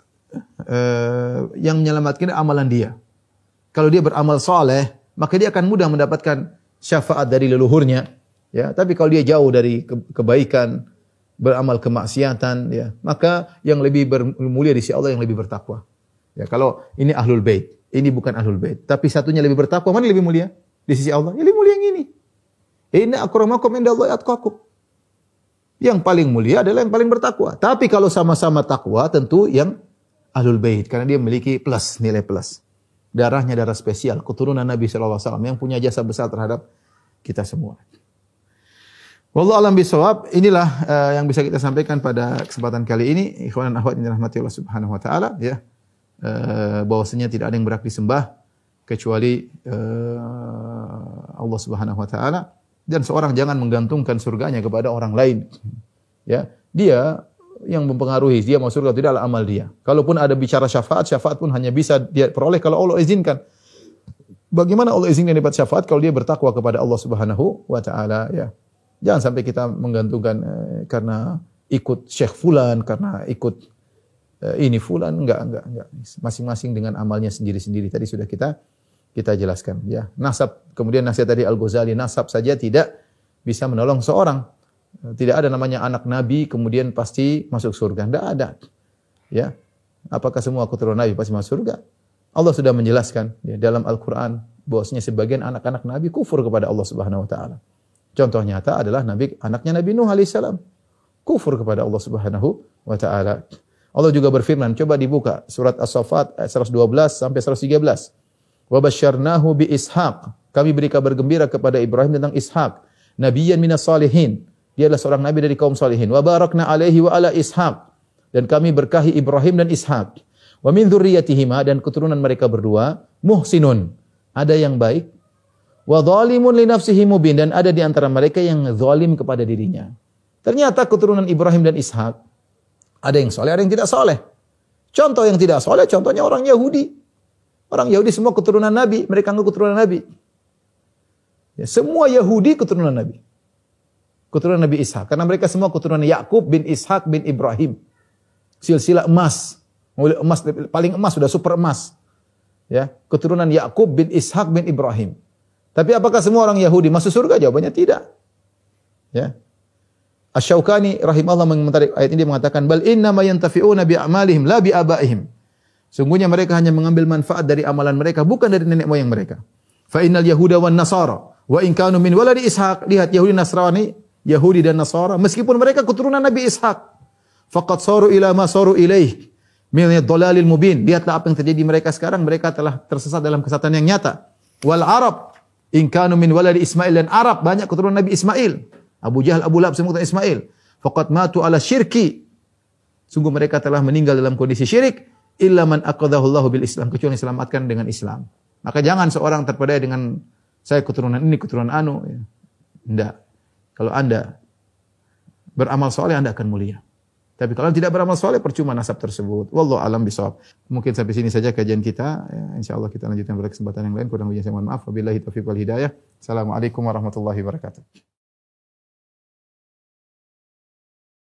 yang menyelamatkan amalan dia. Kalau dia beramal saleh, maka dia akan mudah mendapatkan syafaat dari leluhurnya. Ya, tapi kalau dia jauh dari kebaikan, beramal kemaksiatan, ya, maka yang lebih mulia di sisi Allah yang lebih bertakwa. Ya, kalau ini Ahlul Bait, ini bukan Ahlul Bait, tapi satunya lebih bertakwa, mana lebih mulia di sisi Allah? Ya, lebih mulia yang ini. Inna akramakum indallahi atqakum. Yang paling mulia adalah yang paling bertakwa. Tapi kalau sama-sama takwa, tentu yang Ahlul Bait, karena dia memiliki plus, nilai plus. Darahnya darah spesial, keturunan Nabi sallallahu alaihi wasallam yang punya jasa besar terhadap kita semua. Wallahu a'lam bishawab. Inilah yang bisa kita sampaikan pada kesempatan kali ini. Ikhwan dan akhwat yang dirahmati Allah Subhanahu wa taala, ya. Bahwasanya tidak ada yang berhak disembah kecuali Allah Subhanahu wa taala, dan seorang jangan menggantungkan surganya kepada orang lain. Ya, dia yang mempengaruhi dia mau surga tidaklah amal dia. Kalaupun ada bicara syafaat, syafaat pun hanya bisa dia peroleh kalau Allah izinkan. Bagaimana Allah izinkan dapat syafaat kalau dia bertakwa kepada Allah Subhanahu wa taala, ya. Jangan sampai kita menggantungkan karena ikut Syekh fulan, karena ikut ini fulan, enggak. Masing-masing dengan amalnya sendiri-sendiri. Tadi sudah kita jelaskan, ya. Nasab, kemudian nasihat tadi Al-Ghazali, nasab saja tidak bisa menolong seorang. Tidak ada namanya anak Nabi kemudian pasti masuk surga. Tidak ada. Ya. Apakah semua keturunan Nabi pasti masuk surga? Allah sudah menjelaskan, ya, dalam Al-Quran bahwasanya sebagian anak-anak Nabi kufur kepada Allah Subhanahu wa taala. Contoh nyata adalah anaknya Nabi Nuh alaihissalam kufur kepada Allah Subhanahu wa taala. Allah juga berfirman, coba dibuka surat As-Saffat ayat 112 sampai 113. Wa basyarnahu bi Ishaq. Kami beri kabar gembira kepada Ibrahim tentang Ishaq, nabiyyan minas salihin. Dia adalah seorang nabi dari kaum salihin. Wa barakna alaihi wa ala Ishaq. Dan kami berkahi Ibrahim dan Ishaq. Wa min dzurriyyatihima, dan keturunan mereka berdua, muhsinun, ada yang baik, wa dzalimun li nafsihi mubin, dan ada di antara mereka yang zalim kepada dirinya. Ternyata keturunan Ibrahim dan Ishaq ada yang soleh, ada yang tidak soleh. Contoh yang tidak soleh, contohnya orang Yahudi. Orang Yahudi semua keturunan Nabi, mereka anggap keturunan Nabi. Ya, semua Yahudi keturunan Nabi. Keturunan Nabi Ishaq, karena mereka semua keturunan Yakub bin Ishaq bin Ibrahim. Silsilah emas, emas paling emas, sudah super emas. Ya, keturunan Yakub bin Ishaq bin Ibrahim. Tapi apakah semua orang Yahudi masuk surga? Jawabannya tidak. Ya. Asy-Syaukani rahimahullah mengomentari ayat ini, mengatakan bal inna ma yantafi'una bi a'malihim la bi abaihim. Sungguhnya mereka hanya mengambil manfaat dari amalan mereka, bukan dari nenek moyang mereka. Fa innal yahuda wan nasara wa in kanu min waladi Ishaq. Lihat Yahudi Nasrani, Yahudi dan Nasara, meskipun mereka keturunan Nabi Ishaq, faqad saru ila ma saru ilaih min ad-dhalalil mubin. Lihatlah apa yang terjadi mereka sekarang, mereka telah tersesat dalam kesesatan yang nyata. Wal Arab in kanu min waladi Ismail, dan Arab banyak keturunan Nabi Ismail. Abu Jahal, Abu Lahab semua keturunan Ismail. Faqad matu ala syirki. Sungguh mereka telah meninggal dalam kondisi syirik. Illa man aqadahu Allahu bil Islam, kecuali diselamatkan dengan Islam. Maka jangan seorang terpedaya dengan saya keturunan ini, keturunan anu. Ya. Tidak. Kalau Anda beramal soleh Anda akan mulia. Tapi kalau tidak beramal soleh, percuma nasab tersebut. Wallahu alam bisawab. Mungkin sampai sini saja kajian kita. Ya, insyaallah kita lanjutkan pada kesempatan yang lain. Kurang lebihnya saya mohon maaf. Wabillahi taufiq wal hidayah. Assalamualaikum warahmatullahi wabarakatuh.